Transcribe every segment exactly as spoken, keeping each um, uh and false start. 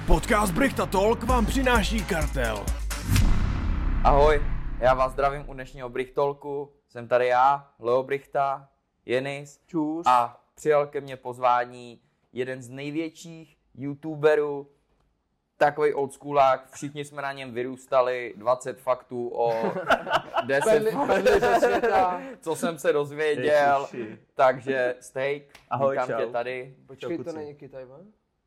Podcast Brichta Talk vám přináší Kartel. Ahoj, já vás zdravím u dnešního Brichtolku. Jsem tady já, Leo Brichta, Jenis. Čus. A přijal ke mně pozvání jeden z největších youtuberů, takový oldschoolák, všichni jsme na něm vyrůstali, dvacet faktů o deset světa, co jsem se dozvěděl, Ježiši. Takže Steak, Ahoj, vítám čau. tě tady. Počkej, Čau, to kuci. není Kytajvan?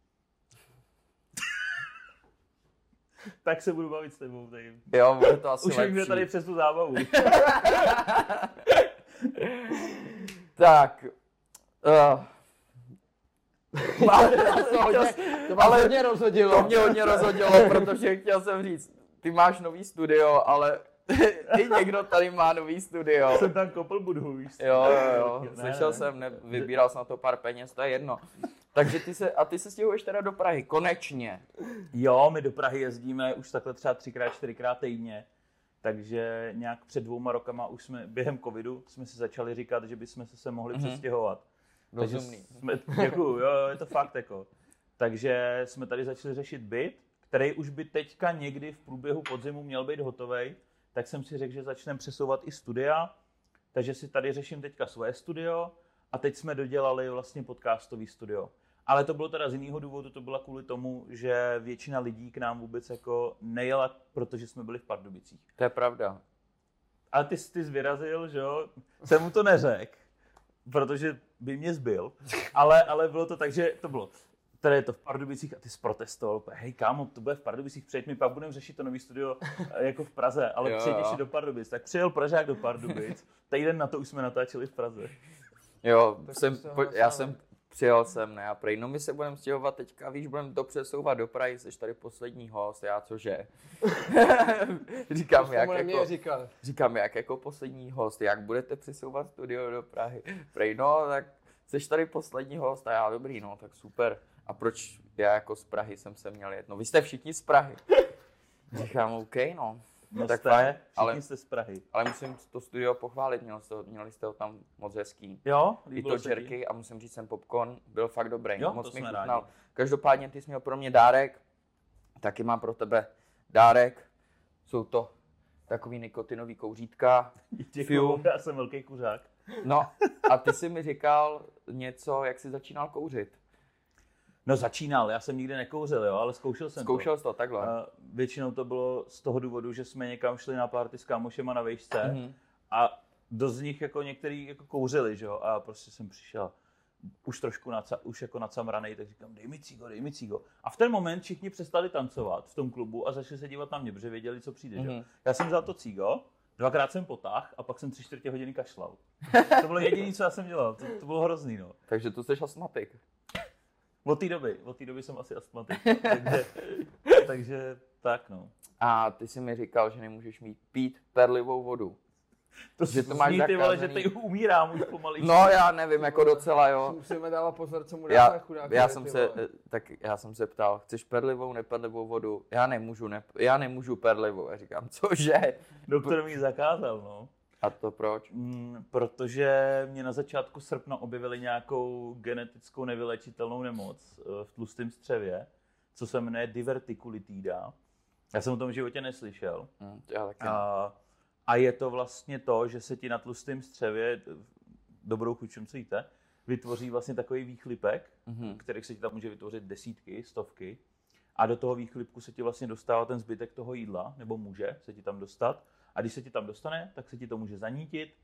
Tak se budu bavit s tebou tady. Jo, bude to asi Už lepší. mě tady přes tu zábavu. Tak, uh, To vás hodně rozhodilo. To mě hodně rozhodilo, protože chtěl jsem říct, ty máš nový studio, ale i někdo tady má nový studio. Jsem tam kopl budhu, víš co? Jo, jo, jo, Ne, slyšel ne. jsem, ne, vybíral jsem na to pár peněz, to je jedno. Takže ty se, a ty se stěhuješ teda do Prahy, konečně. Jo, my do Prahy jezdíme už takhle třeba třikrát, čtyřikrát týdně. Takže nějak před dvouma rokama už jsme, během covidu, jsme si začali říkat, že bychom se, se mohli Mhm. přestěhovat. Takže Rozumný. jsme, děkuju, jo, jo, je to fakt jako. Takže jsme tady začali řešit byt, který už by teďka někdy v průběhu podzimu měl být hotovej. Tak jsem si řekl, že začneme přesouvat i studia. Takže si tady řeším teďka svoje studio a teď jsme dodělali vlastně podcastový studio. Ale to bylo teda z jiného důvodu, to bylo kvůli tomu, že většina lidí k nám vůbec jako nejela, protože jsme byli v Pardubicích. To je pravda. Ale ty jsi ty vyrazil, že jo? Jsem mu to neřekl, protože by mě zbyl. Ale, ale bylo to tak, že to bylo, tady je to v Pardubicích a ty jsi protestoval. Hej kámo, to bude v Pardubicích, přijeď mi, pak budeme řešit to nový studio jako v Praze, ale Jo, přijeď jo. ještě do Pardubic. Tak přijel Pražák do Pardubic, týden na to už jsme natáčeli v Praze. Jo, Tak jsem, to po, se já hlásíme. jsem přijel sem, ne, a prej, no my se budeme stěhovat teďka, víš, budeme to přesouvat do Prahy, jsi tady poslední host, já cože? říkám, jak To jako, říkal. říkám, jak jako poslední host, jak budete přesouvat studio do Prahy? Prej, no, tak jsi tady poslední host a já, dobrý, no, tak super. A proč já jako z Prahy jsem se měl jet? No, vy jste všichni z Prahy. Říkám, OK, no. No tak jste, fajn, všichni ale, jste z Prahy. ale musím to studio pochválit, měl jste, měli jste ho tam moc hezký. Jo, I líbilo to se ti? jerky a musím říct, ten popcorn byl fakt dobrý. Jo, Moc to mi jsme chutnal. rádi. Každopádně ty jsi měl pro mě dárek, taky mám pro tebe dárek. Jsou to takový nikotinový kouřítka. Děkuju, já jsem velký kuřák. No a ty jsi mi říkal něco, jak jsi začínal kouřit. No začínal, já jsem nikdy nekouřil, jo, ale zkoušel jsem Zkoušel to. jsi to takhle. A většinou to bylo z toho důvodu, že jsme někam šli na party s kámošema na vejšce Mhm. a dost z nich jako některý jako kouřili, že jo, a prostě jsem přišel už trošku naca, už jako nacamranej, tak říkám, dej mi cígo, dej mi cígo. A v ten moment všichni přestali tancovat v tom klubu a začali se dívat na mě, protože věděli, co přijde, že jo. Mhm. Já jsem vzal to cígo, dvakrát jsem potáhl a pak jsem tři čtvrtě hodiny kašlal. To bylo jediné, co já jsem dělal, to, to bylo hrozný, no. Takže to jsi astmatik. Od té doby, od té doby jsem asi astmatik, takže, takže tak no. A ty jsi mi říkal, že nemůžeš mít pít perlivou vodu. To, Že že to máš zní, ty vole, že zakázaný. teď umírám už pomalý. No já nevím, jako docela jo. Musíme dávat pozor, co mu Já, dáme chudákovi, já ty jsem se, vole. tak já jsem se ptal, chceš perlivou, neperlivou vodu? Já nemůžu, ne, já nemůžu perlivou. Já říkám, cože? Doktor mi ji zakázal, no. A to proč? Mm, protože mě na začátku srpna objevili nějakou genetickou nevylečitelnou nemoc eh, v tlustém střevě, co se jmenuje divertikulitída. Já jsem o tom v životě neslyšel. Hm, já taky. A, a je to vlastně to, že se ti na tlustém střevě, dobrou chuť, čem co jíte, vytvoří vlastně takový výchlipek, Mhm. kterých se ti tam může vytvořit desítky, stovky. A do toho výchlipku se ti vlastně dostává ten zbytek toho jídla, nebo může se ti tam dostat. A když se ti tam dostane, tak se ti to může zanítit.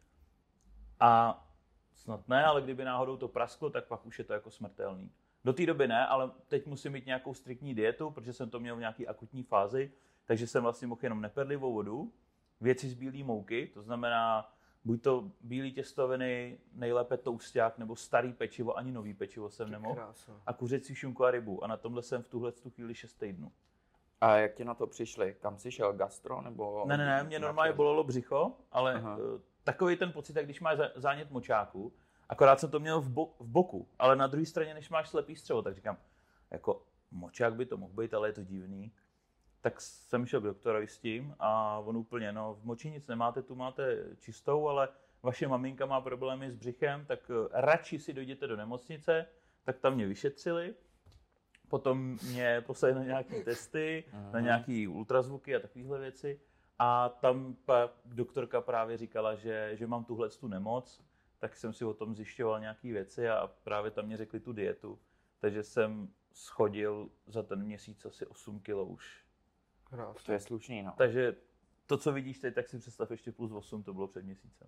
A snad ne, ale kdyby náhodou to prasklo, tak pak už je to jako smrtelný. Do té doby ne, ale teď musím mít nějakou striktní dietu, protože jsem to měl v nějaké akutní fázi, takže jsem vlastně mohl jenom neperlivou vodu, věci z bílé mouky, to znamená buď to bílé těstoviny, nejlépe tousták, nebo starý pečivo, ani nový pečivo jsem nemohl. Krása. A kuřecí šunku a rybu. A na tomhle jsem v tuhle tu chvíli šest týdnů. A jak ti na to přišli? Kam jsi šel? Gastro nebo? Ne, ne, ne, mě normálně bolelo břicho, ale Aha. uh, takový ten pocit, jak když máš zá- zánět močáku, akorát jsem to měl v, bo- v boku, ale na druhé straně, než máš slepý střevo, tak říkám, jako močák by to mohl být, ale je to divný. Tak jsem šel k doktorovi s tím a on úplně, no v moči nic nemáte, tu máte čistou, ale vaše maminka má problémy s břichem, tak uh, radši si dojděte do nemocnice, tak tam mě vyšetřili. potom mě poslali na nějaké testy, Aha. na nějaké ultrazvuky a takovéhle věci. A tam pa, doktorka právě říkala, že, že mám tuhle tu nemoc, tak jsem si o tom zjišťoval nějaké věci a právě tam mě řekli tu dietu. Takže jsem schodil za ten měsíc asi osm kilo už. Krásně. To je slušný, no. Takže to, co vidíš teď, tak si představ ještě plus osm, to bylo před měsícem.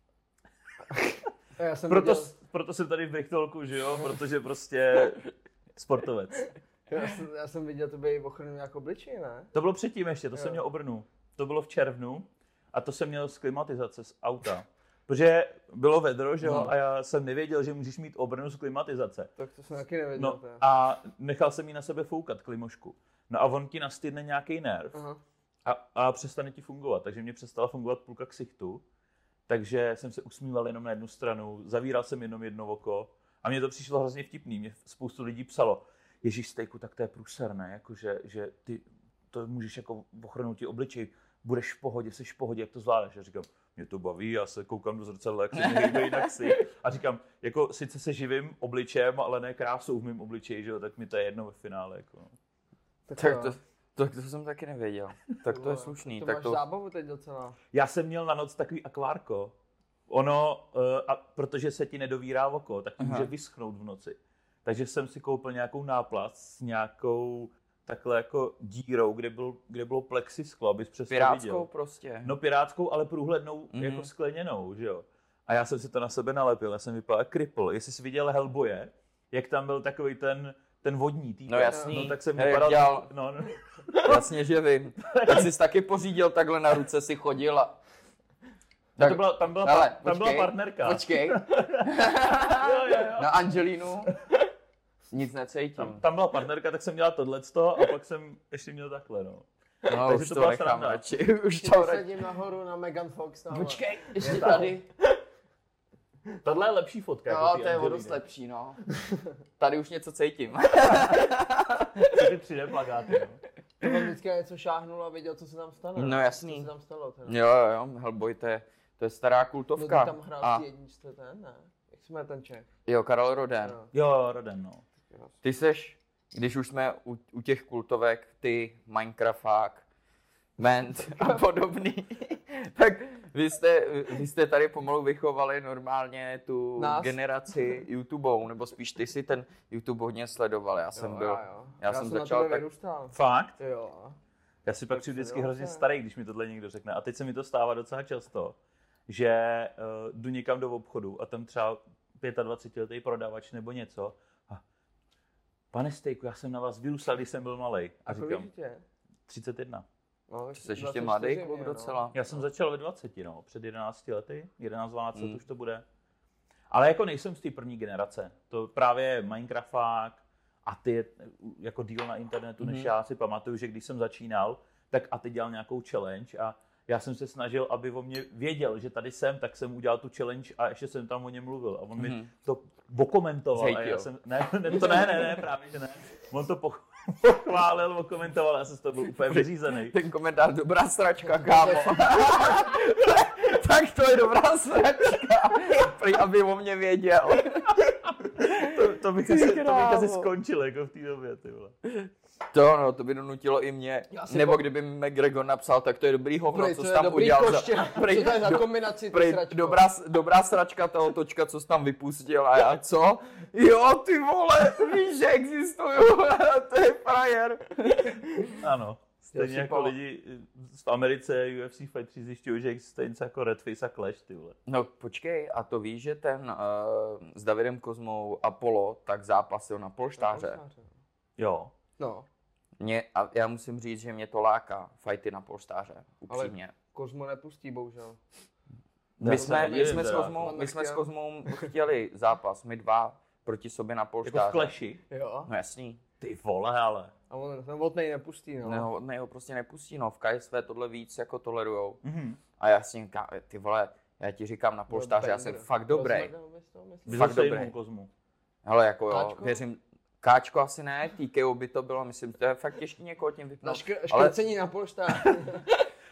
Já jsem Proto, viděl, proto jsem tady v Brichtolku, že jo, protože prostě sportovec. já jsem, já jsem viděl tebe i ochranu jako obličej, ne? To bylo předtím ještě, to Jo. jsem měl obrnu. To bylo v červnu a to jsem měl z klimatizace, z auta. Protože bylo vedro, že jo, No. a já jsem nevěděl, že můžeš mít obrnu z klimatizace. Tak to jsem taky nevěděl. No teda. a nechal jsem jí na sebe foukat klimošku. No a on ti nastydne nějaký nerv Aha. a, a přestane ti fungovat. Takže mě přestala fungovat půlka ksichtu. Takže jsem se usmíval jenom na jednu stranu, zavíral jsem jenom jedno oko a mně to přišlo hrozně vtipný. Mě spoustu lidí psalo, Ježíš Stejku, tak to je průserné, jako že, že ty to můžeš jako ochrnout ti obličej, budeš v pohodě, jsi v pohodě, jak to zvládáš? Já říkám, mě to baví, já se koukám do zrcadla, jak se mi hejbe jinak si. A říkám, jako sice se živím obličejem, ale ne krásou v mém obličeji, že jo, tak mi to je jedno ve finále. Jako. Tak, Tak jo. to, to, to jsem taky nevěděl. Tak to je slušný. To Tak máš to, zábavu teď docela. Já jsem měl na noc takový akvárko. Ono, uh, a protože se ti nedovírá oko, tak ti Aha. může vyschnout v noci. Takže jsem si koupil nějakou náplast s nějakou takhle jako dírou, kde, byl, kde bylo plexisklo, abys přesně pirátskou viděl. prostě. No pirátskou, ale průhlednou, Mhm. jako skleněnou, že jo. A já jsem si to na sebe nalepil, já jsem vypadal jak kripl. Jestli jsi viděl Hellboye, jak tam byl takový ten, ten vodní týpek. No jasný. No, tak jsem Hej, vypadal... dělal- No, no. Jasně, že vím. Tak jsi taky pořídil takhle na ruce, si chodil a... No to byla, tam byla, hele, tam byla počkej, partnerka. Počkej, Jo, jo, jo. na Angelinu nic necítím. Tam, tam byla partnerka, tak jsem dělal tohleto a pak jsem ještě měl takhle, no. No, takže už to to byla nechám sranda. radši. Už Ti to radši. sedím nahoru na Megan Fox. Nahoru. Počkej, ještě Je tam. tady. Tohle je lepší fotka. No, jako ty to je o Angeliny. dost lepší, no. Tady už něco cítím. Ty tři D plakáty, no. To on vždycky něco šáhnul a věděl, co se tam stane. No, jasný. Co se tam stalo teda. Jo, jo, jo, Hellboy, to je, to je stará No, ty kultovka. tam hrál A v té jedničce ten, ne? Jak jsme ten Čech? jo, Karel Roden. Jo. Jo, Roden, no. Ty seš, když už jsme u, u těch kultovek, ty, Minecrafták, Ment a podobný, tak vy jste, vy jste tady pomalu vychovali normálně tu Nás? generaci YouTubeou, nebo spíš ty si ten YouTube hodně sledoval. Já jsem Jo, byl, já, jo. já jsem na začal tebe tak- vyrůstal. Fakt? Jo. Já si pak Tak přijdu se vždycky jo, hrozně se. starý, když mi tohle někdo řekne. A teď se mi to stává docela často, že uh, jdu někam do obchodu a tam třeba dvacetipětiletý prodavač nebo něco. A, pane Stejku, já jsem na vás vyrůstal, když jsem byl malej. A A říkám, kolik tě? třicet jedna. No, Jsi ještě dvacet mladý čtyři kluk mě, no. docela. Já jsem začal ve dvaceti, no, před jedenácti lety, jedenáct dvanáct let Mm. už to bude. Ale jako nejsem z té první generace. To právě Minecrafták a ty jako díl na internetu, než Mhm. já si pamatuju, že když jsem začínal, tak a ty dělal nějakou challenge a já jsem se snažil, aby o mě věděl, že tady jsem, tak jsem udělal tu challenge a ještě jsem tam o něm mluvil. A on mi Mhm. to okomentoval. A já Zhejtil. jsem, ne, ne, to ne, ne, ne, právě že ne. On to poch- pochválil, okomentoval a já jsem z toho byl úplně vyřízený. Ten komentář, dobrá sračka, kámo. Tak to je dobrá sračka. Prý, aby o mě věděl. To, to, bych Ty asi, to bych asi krávo. skončil jako v té době, ty vole. To no, to by donutilo i mě. Já si Nebo po- kdyby mi McGregor napsal, tak to je dobrý hovno, Prej, co to jsi je tam dobrý udělal. koště. Prej, Co to je za do- kombinaci, ty prej, sračko? dobrá, dobrá sračka toho točka, co jsi tam vypustil. A já, co? Jo, ty vole, víš, že existuju. To je frajer. Ano. Stejně si jako pamatuju. lidi v Americe U F C fightři zjišťují, že existuje něco jako Redface a Clash, ty vole. No počkej, a to víš, že ten uh, s Davidem Kozmou Apollo tak zápasil na polštáře. Jo. No, Mě, a já musím říct, že mě to láká, fajty na polštáře, upřímně. Kozmo nepustí, bohužel. My Já jsme, jsem my jsme, nevím, s teda. Kozmou, On my jsme s nechtěl. Kozmou chtěli zápas, my dva proti sobě na Jako v polštáře. Clashi. Jo. No jasný. Ty vole, ale. A on ten od něj nepustí, no. No, ne, ho prostě nepustí, no, v K S V tohle víc jako tolerujou. Mhm. A já si říkám, ty vole, já ti říkám na polštáře, já jsem fakt dobrý. Vy Fakt zase dobrý. jinou Kozmu. Hele, jako jo, Káčko? věřím, Káčko asi ne, T K O by to bylo, myslím, to je fakt těžký někoho tím Na vypnout. škr- Ale škrcení na polštář.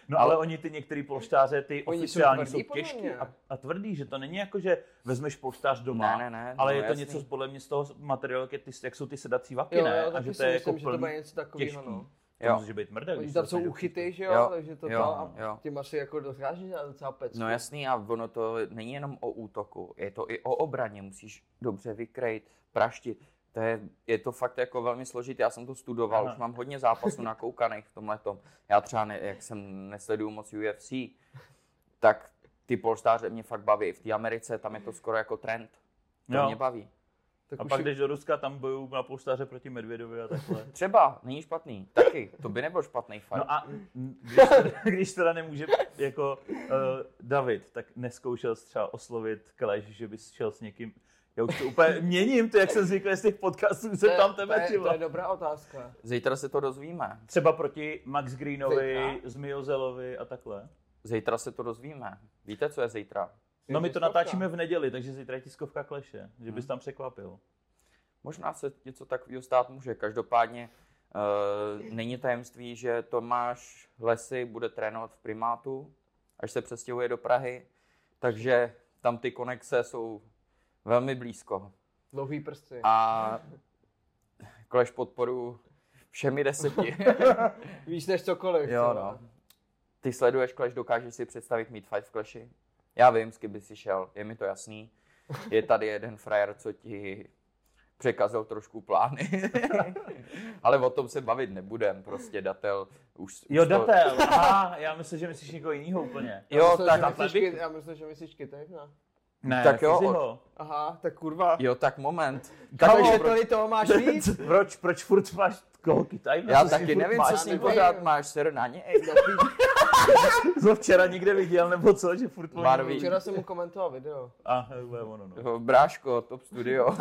No ale oni ty některý polštáře, ty Oni jsou oficiální tvrdý, jsou podle těžký mě. a, a tvrdý, že to není jako, že vezmeš polštář doma, Ne, ne, ne, ale no, je to jasný. něco podle mě z toho materiálu, jak, je ty, jak jsou ty sedací vaky, Jo, ne? jo, A taky že si to je myslím, jako že to bude plný, něco takového, těžký. no. To Jo. může být mrdek. Oni když tam to jsou dostaneš do uchyty, že jo, Jo, takže to jo, to a jo. tím asi jako dokážeš dělat docela pecku. No jasný, a ono to není jenom o útoku, je to i o obraně, musíš dobře vykrejt, praštit. To je, je to fakt jako velmi složité, já jsem to studoval, Aha. už mám hodně zápasů nakoukaných v tomhletom. Já třeba, ne, jak jsem nesleduju moc U F C, tak ty polštáře mě fakt baví. V té Americe tam je to skoro jako trend. To Jo. mě baví. Tak A už pak je- jdeš do Ruska, tam bojují na polštáře proti Medvědovi a takhle. Třeba, není špatný, taky, to by nebyl špatný fight. No a mm, když teda, když teda nemůže jako uh, David, tak neskoušel jsi třeba oslovit Clash, že bys šel s někým. Já už to úplně měním, to jak jsem zvyklý z těch podcastů, se to je- tam to tebe je, to třeba. je dobrá otázka. Zítra se to dozvíme. Třeba proti Max Greenovi, Zítra? Zmiozelovi a takhle. Zítra se to dozvíme. Víte, co je zítra? No my to tiskovka. natáčíme v neděli, takže zítra je tiskovka Claše, že bys tam překvapil. Možná se něco takového stát může. Každopádně uh, není tajemství, že Tomáš Lesy bude trénovat v Primátu, až se přestěhuje do Prahy, takže tam ty konexe jsou velmi blízko. Dlouhý prsty. A Clash podporu všemi deseti. Víš než cokoliv. Jo, co? no. Ty sleduješ Clash, dokážeš si představit mít fight v Clashi? Já vím, s kým by si šel, je mi to jasný. Je tady jeden frajer, co ti překazil trošku plány. Ale o tom se bavit nebudem, prostě Datel už... Jo, už to- Datel, aha, já myslím, že myslíš někoho jiného úplně. Já Jo, myslel, tak, že takhle myslíš bych- Kyt- Já myslím, že myslíš Kytek, ne? Ne, Tak jo, Fiziho. Aha, tak kurva. jo, tak moment. Kamo, Takže pro- tady toho máš víc? proč, proč furt máš koho Kytaj? Já Co si taky furt nevím, máš? co s ním nevím. pořád máš, ser na něj. Co včera někde viděl, nebo co, že furt Marvin. Včera jsem mu komentoval video. A, je ono, no. Jo, Bráško, Top Studio.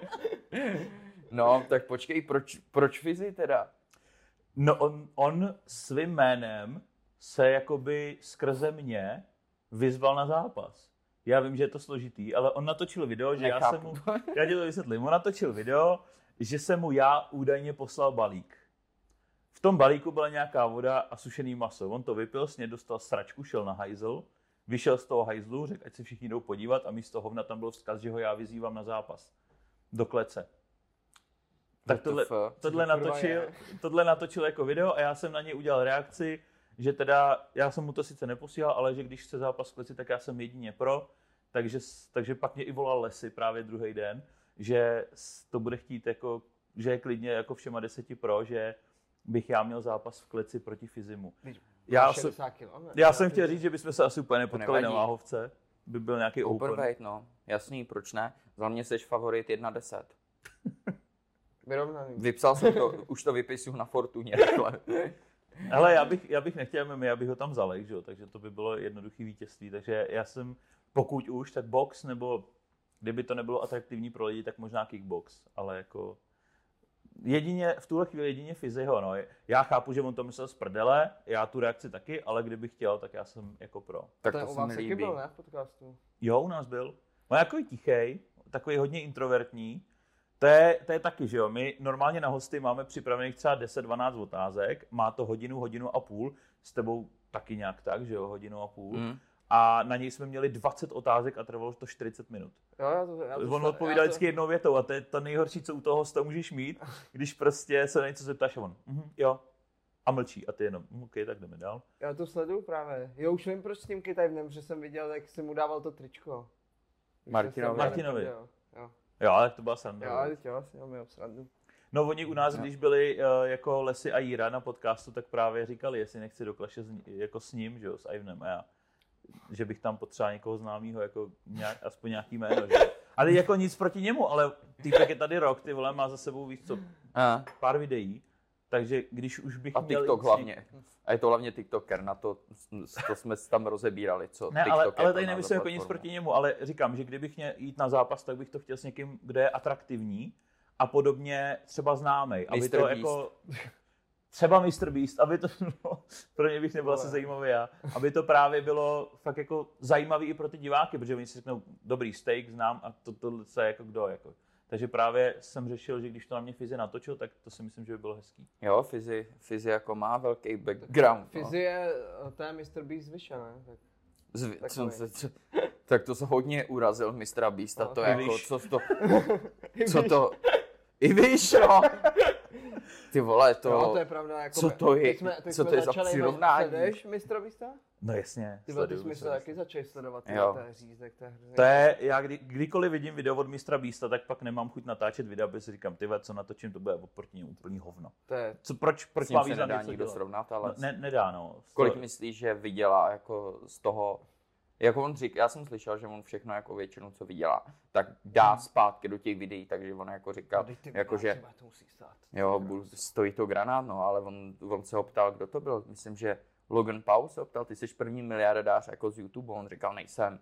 No, tak počkej, proč, proč Fizi teda? No on, on svým jménem se jakoby skrze mě vyzval na zápas. Já vím, že je to složitý, ale on natočil video, že já Nechápu. jsem mu, já ti to vysvětlím, on natočil video, že jsem mu já údajně poslal balík. V tom balíku byla nějaká voda a sušený maso. On to vypil, sně dostal sračku, šel na hajzl, vyšel z toho hajzlu, řekl, ať se všichni jdou podívat a místo hovna tam byl vzkaz, že ho já vyzývám na zápas. Do klece. Tak W T F? tohle, tohle, to kurva natočil, je? tohle natočil jako video a já jsem na něj udělal reakci, že teda, já jsem mu to sice neposílal, ale že když chce zápas v kleci, tak já jsem jedině pro, takže, takže pak mě i volal Lesy právě druhý den, že s- to bude chtít jako, že je klidně jako všema deseti pro, že bych já měl zápas v kleci proti Fizimu. Já, Máš jsem, šedesát kilo, ne? já jsem chtěl říct, že bychom se asi úplně nepotkali na nevadí. váhovce, by byl nějaký open. Openweight, no. Jasný, proč ne? Za mě seš favorit jedna deset. Vyrovnaný. Vypsal jsem to, už to vypisuju na Fortuně. Takhle. Ale já bych, já bych nechtěl M M A, já bych ho tam zalek, že jo? Takže to by bylo jednoduché vítězství. Takže já jsem, pokud už, tak box, nebo kdyby to nebylo atraktivní pro lidi, tak možná kickbox. Ale jako jedině, v tuhle chvíli jedině Fiziho, no. Já chápu, že on to myslel z prdele, já tu reakci taky, ale kdybych chtěl, tak já jsem jako pro. Tak Ten to u se vás mi taky líbí. byl, ne, v podcastu? Jo, u nás byl. On je takový tichej, takový hodně introvertní. To je, to je taky, že jo, my normálně na hosty máme připravených třeba deset dvanáct otázek, má to hodinu, hodinu a půl, s tebou taky nějak tak, že jo, hodinu a půl. Mm. A na něj jsme měli dvacet otázek a trvalo to čtyřicet minut. Jo, já to, já to On sle- odpovídal já to- vždycky jednou větou a to je to nejhorší, co u toho hosta můžeš mít, když prostě se na něco zeptáš a on, mhm, jo, a mlčí a ty jenom, hm, ok, tak jdeme dál. Já to sleduju právě. Jo, už vím, proč s tím Kytajvnem, protože jsem viděl, jak jsi mu dával to tričko. Už Martinovi. jsem Martinovi. Jo, jo. Jo, ale to byla sranda. Jo, Jo, teď jo, asi jo, měl srandu. No oni u nás, když byli uh, jako Lesy a Jíra na podcastu, tak právě říkali, jestli nechci do Claše s, ní- jako s ním, že jo, s Ivanem a já. Že bych tam potřeboval někoho známého, jako nějak, aspoň nějaký jméno, že jo. Ale jako nic proti němu, ale týpek je tady rok, ty vole, má za sebou víc co, A, pár videí, takže když už bych a měl... TikTok jít s ním- hlavně. A je to hlavně TikToker, na to, to jsme tam rozebírali, co Ne, TikTok ale, je ale pro tady nás za nemyslím jako nic platformu. proti němu, ale říkám, že kdybych měl jít na zápas, tak bych to chtěl s někým, kdo je atraktivní a podobně třeba známej. Aby mister to Beast. jako... Třeba mister Beast, aby to bylo, pro ně bych nebyl asi zajímavý já, aby to právě bylo fakt jako zajímavý i pro ty diváky, protože oni si řeknou, dobrý steak znám a to, to je jako kdo, jako. Takže právě jsem řešil, že když to na mě Fizi natočil, tak to si myslím, že by bylo hezký. Jo, Fizi, Fizi jako má velký background. Fizi je, to je mister Beast Vyša, ne? Tak, Zvi, takový. co, co, tak to se hodně urazil mistra Beasta, No, to i jako, víš. co to, co to, i víš, no. Ty vole, to, no, to je pravda, jako co to je, teď jsme, teď co jsme to je za začali, přirovnání? Sleduješ mistra Beasta? No jasně. Ty vole, ty sleduju, jsme se sleduju. taky začali sledovat, ty Jo. to je řízek, to je hrozně. To je, já kdy, kdykoliv vidím video od mistra Beasta, tak pak nemám chuť natáčet videa, protože si říkám, ty vole, co natočím, to bude oproti němu úplný hovno. To je, Co, proč, proč S ním má se význam nedá něco nikdo dělat? srovnat, ale No, ne, nedá, no. kolik To- myslíš, že vydělá jako z toho, jako on říká, já jsem slyšel, že on všechno jako většinu, co vydělá, tak dá zpátky do těch videí, takže on jako říkal, teď ty jakože, vole, to musí stát. jo, budu, stojí to granát, no, ale on, on se ho ptal, kdo to byl, myslím, že Logan Paul se ho ptal, ty jsi první miliardář jako z YouTube, on říkal, nejsem,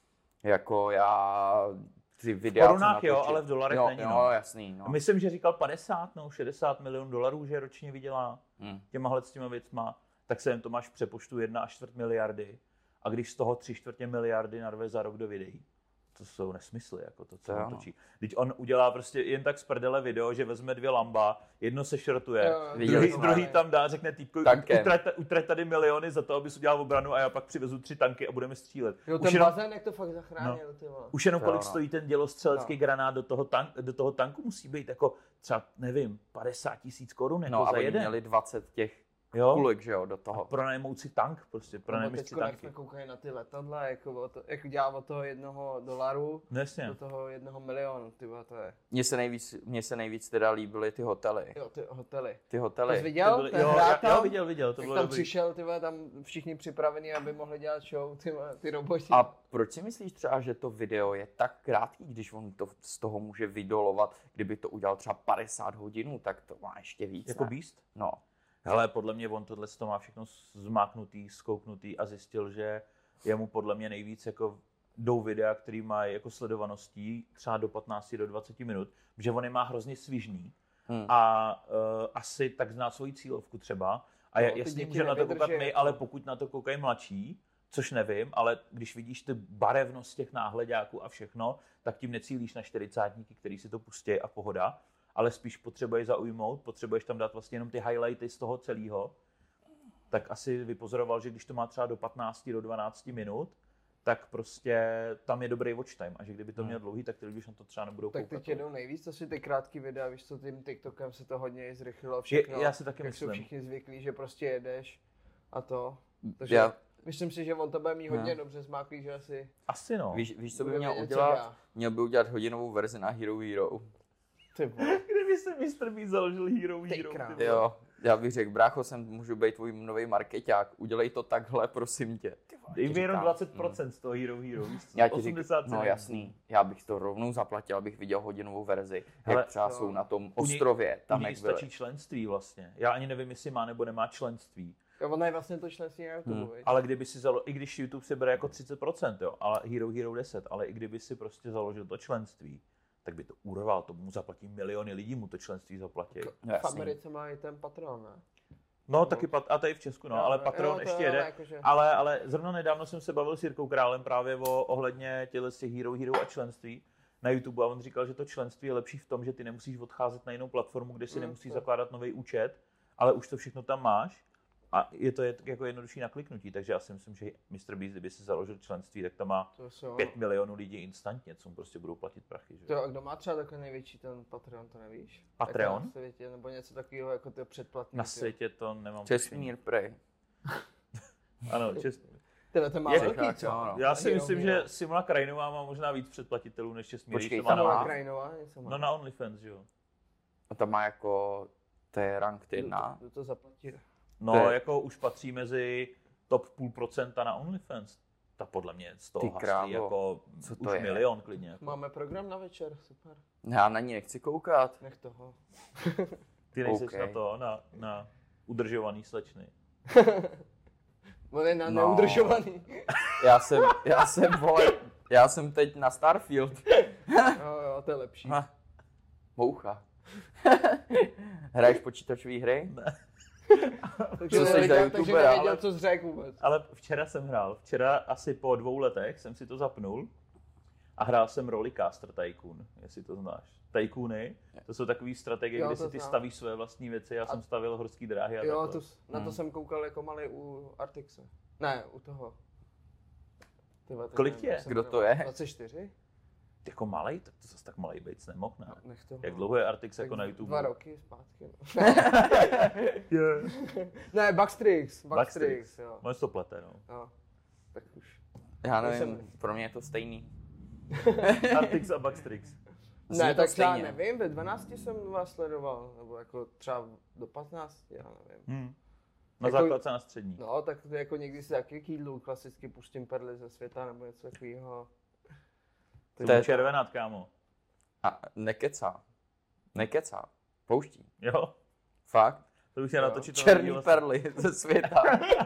jako já ty videa, co korunách jo, natočil- ale v dolarech jo, není, jo, no. jasný, no. Myslím, že říkal padesát, no, šedesát milionů dolarů, že ročně vydělá Hm. těmahle s těma věcma, tak se jen to máš v přepočtu jedna až čtvrt miliardy. A když z toho tři čtvrtě miliardy narve za rok do videí, to jsou nesmysly, jako to, co To on ano. točí. Když on udělá prostě jen tak z prdele video, že vezme dvě lamba, jedno se šrotuje, Jo, viděli druhý, jsme. druhý tam dá, řekne týpku, Tankem. utrať, utrať tady miliony za to, abys udělal obranu a já pak přivezu tři tanky a budeme střílet. Jo, Už ten jenom, bazén, jak to fakt zachránil, ty vole. už jenom To kolik jo, no. stojí ten dělostřelecký No. granát do toho, tank, do toho tanku musí být jako třeba, nevím, padesát tisíc korun jako No a za oni jeden. měli dvacet těch Jo? kulek, že jo, do A toho. pronajmout si tank, prostě Nebo pronajmeš si teďko, jak tanky. jsme koukali na ty letadla, jako, o to, jak dělá od toho jednoho dolaru No jasně. do toho jednoho milionu, ty vole, to je. Mně se nejvíc, mně se nejvíc teda líbily ty hotely. Jo, ty hotely. Ty To hotely. jsi viděl? To byly- Ten jo, hrát já, tam? já viděl, viděl, to Jak bylo tam dobrý. přišel, ty vole, tam všichni připravení, aby mohli dělat show, ty, vole, ty roboti. A proč si myslíš třeba, že to video je tak krátký, když on to z toho může vydolovat, kdyby to udělal třeba padesát hodin, tak to má ještě víc, Jako ne? Beast? No. Hele, podle mě on tohle to má všechno zmáknutý, skouknutý a zjistil, že jemu podle mě nejvíc jako jdou videa, který mají jako sledovaností třeba do patnáct do dvacet minut, protože on je má hrozně svižný Hmm. a uh, asi tak zná svoji cílovku třeba. A No, je, ty jasně děti můžeme na to koukat nevydrží, my, jako. ale pokud na to koukají mladší, což nevím, ale když vidíš ty barevnost těch náhledáků a všechno, tak tím necílíš na čtyřicátníky, který si to pustí a pohoda, ale spíš potřebuješ zaujmout, potřebuješ tam dát vlastně jenom ty highlighty z toho celého, tak asi vypozoroval, že když to má třeba do patnáct do dvanáct minut, tak prostě tam je dobrý watch time a že kdyby to měl dlouhý, tak ty lidi už na to třeba nebudou tak koukat. teď jedou nejvíc asi ty krátký videa, víš co, tím TikTokem se to hodně zrychlilo všechno. Je- já si taky jak myslím. jsou všichni zvyklí, že prostě jedeš a to. Takže Já- myslím si, že on to bude mít hodně No. dobře zmáklý, že asi Asi no. Víš, víš, co by bude měl vědět, udělat? dělá. Měl by udělat hodinovou verzi na Hero Hero. Ty vole. Kdyby se mister Beast založil Hero Ty Hero. král. ty vole. Jo, já bych řekl, brácho, jsem můžu být tvůj nový markeťák, udělej to takhle, prosím tě. Ty vole, Dej ti mi jenom říkám. dvacet procent z toho Hero Hero, víš co? Já ti osmdesát říkám, no cent. jasný, já bych to rovnou zaplatil, abych viděl hodinovou verzi, Hele, jak třeba to- jsou na tom U ní- ostrově, tam U něj jak byli. stačí členství vlastně. Já ani nevím, jestli má nebo nemá členství. Jo, ono je vlastně to členství na YouTube, Hmm. viď? Ale kdyby si zalo, i když YouTube si bere jako třicet procent, jo, ale Hero Hero deset, ale i kdyby si prostě založil to členství, tak by to urval, to mu zaplatí miliony lidí, mu to členství zaplatí. No, V jasný. Americe má i ten Patreon, ne? No, taky, pat, a tady v Česku, no, Jo, ale jo, Patreon to ještě jo, jede. jakože- Ale, ale zrovna nedávno jsem se bavil s Jirkou Králem právě o, ohledně těchto z těch Hero Hero a členství na YouTube a on říkal, že to členství je lepší v tom, že ty nemusíš odcházet na jinou platformu, kde si Mm, nemusíš to- zakládat nový účet, ale už to všechno tam máš a je to je, jako jednodušší na kliknutí, takže já si myslím, že mister Beast, kdyby si založil členství, tak tam má To jsou... pět milionů lidí instantně, co mu prostě budou platit prachy. Že? To, a kdo má třeba takový největší ten Patreon, to nevíš? Patreon? Jako na světě, nebo něco takového jako to předplatný. Na ty- světě to nemám. Čestmír prej. tušení. Ano, čest... Tyhle to má Je- velký, tak, co? jo, no. Já si Hero myslím, Hero. že Simona Krajinová má možná víc předplatitelů než Čestmír. Počkej, když to tam má má- na, Samá Krajinová, něco má. no na OnlyFans, že jo. A tam má jako, to je rank jedna. Kdo to zaplatí? No, To je- jako už patří mezi top půl procenta na OnlyFans. Ta podle mě z toho Ty haslí krávo, jako co to už je? milion klidně. Jako. Máme program na večer, super. Já na ní nechci koukat. Nech toho. Ty nejseš OK. na to, na, na udržovaný slečny. On je na No. neudržovaný. Já jsem, já jsem, vole, já jsem teď na Starfield. Jo, jo, to je lepší. Ha. Moucha. Hraješ počítačové hry? Takže Co jsi nevěděl, za takže youtubera, nevěděl, ale- co jsi řekl vůbec. Ale včera jsem hrál, včera asi po dvou letech jsem si to zapnul a hrál jsem Rollercoaster Tycoon, jestli to znáš. Tycoony, to jsou takové strategie, Jo, kde to si ty znám. stavíš své vlastní věci, já A- jsem stavil horský dráhy a Jo, takhle. to, s- na to Hmm. jsem koukal jako malý u Artixe. Ne, u toho. Ty vole, teď Kolik nevím, ti je? jak se Kdo jmenuje. to je? dvacet čtyři? Jako malej, tak to zase tak malej být nemohl, ne? No, nech to. Jak dlouho je Artix Tak jako na YouTube? Dva roky zpátky. No. Yeah. ne, Backstrix. Backstrix. Backstrix, jo. Moc to plete, no. no. Tak už. Já To nevím, jsem- pro mě je to stejný. Artix a Backstrix. Zní Ne, to tak třeba stejně. nevím, ve dvanácti jsem vás sledoval, nebo jako třeba do patnácti, já nevím. Hmm. Na Jako- základce na střední. No, tak to jako někdy si taky k jídlu klasicky pustím perly ze světa, nebo něco takového. To To je je- červenát, kámo. A nekecá. Nekecá. Pouští. Jo? Fakt. To bych chtěl Jo. natočit. Černý perly ze světa.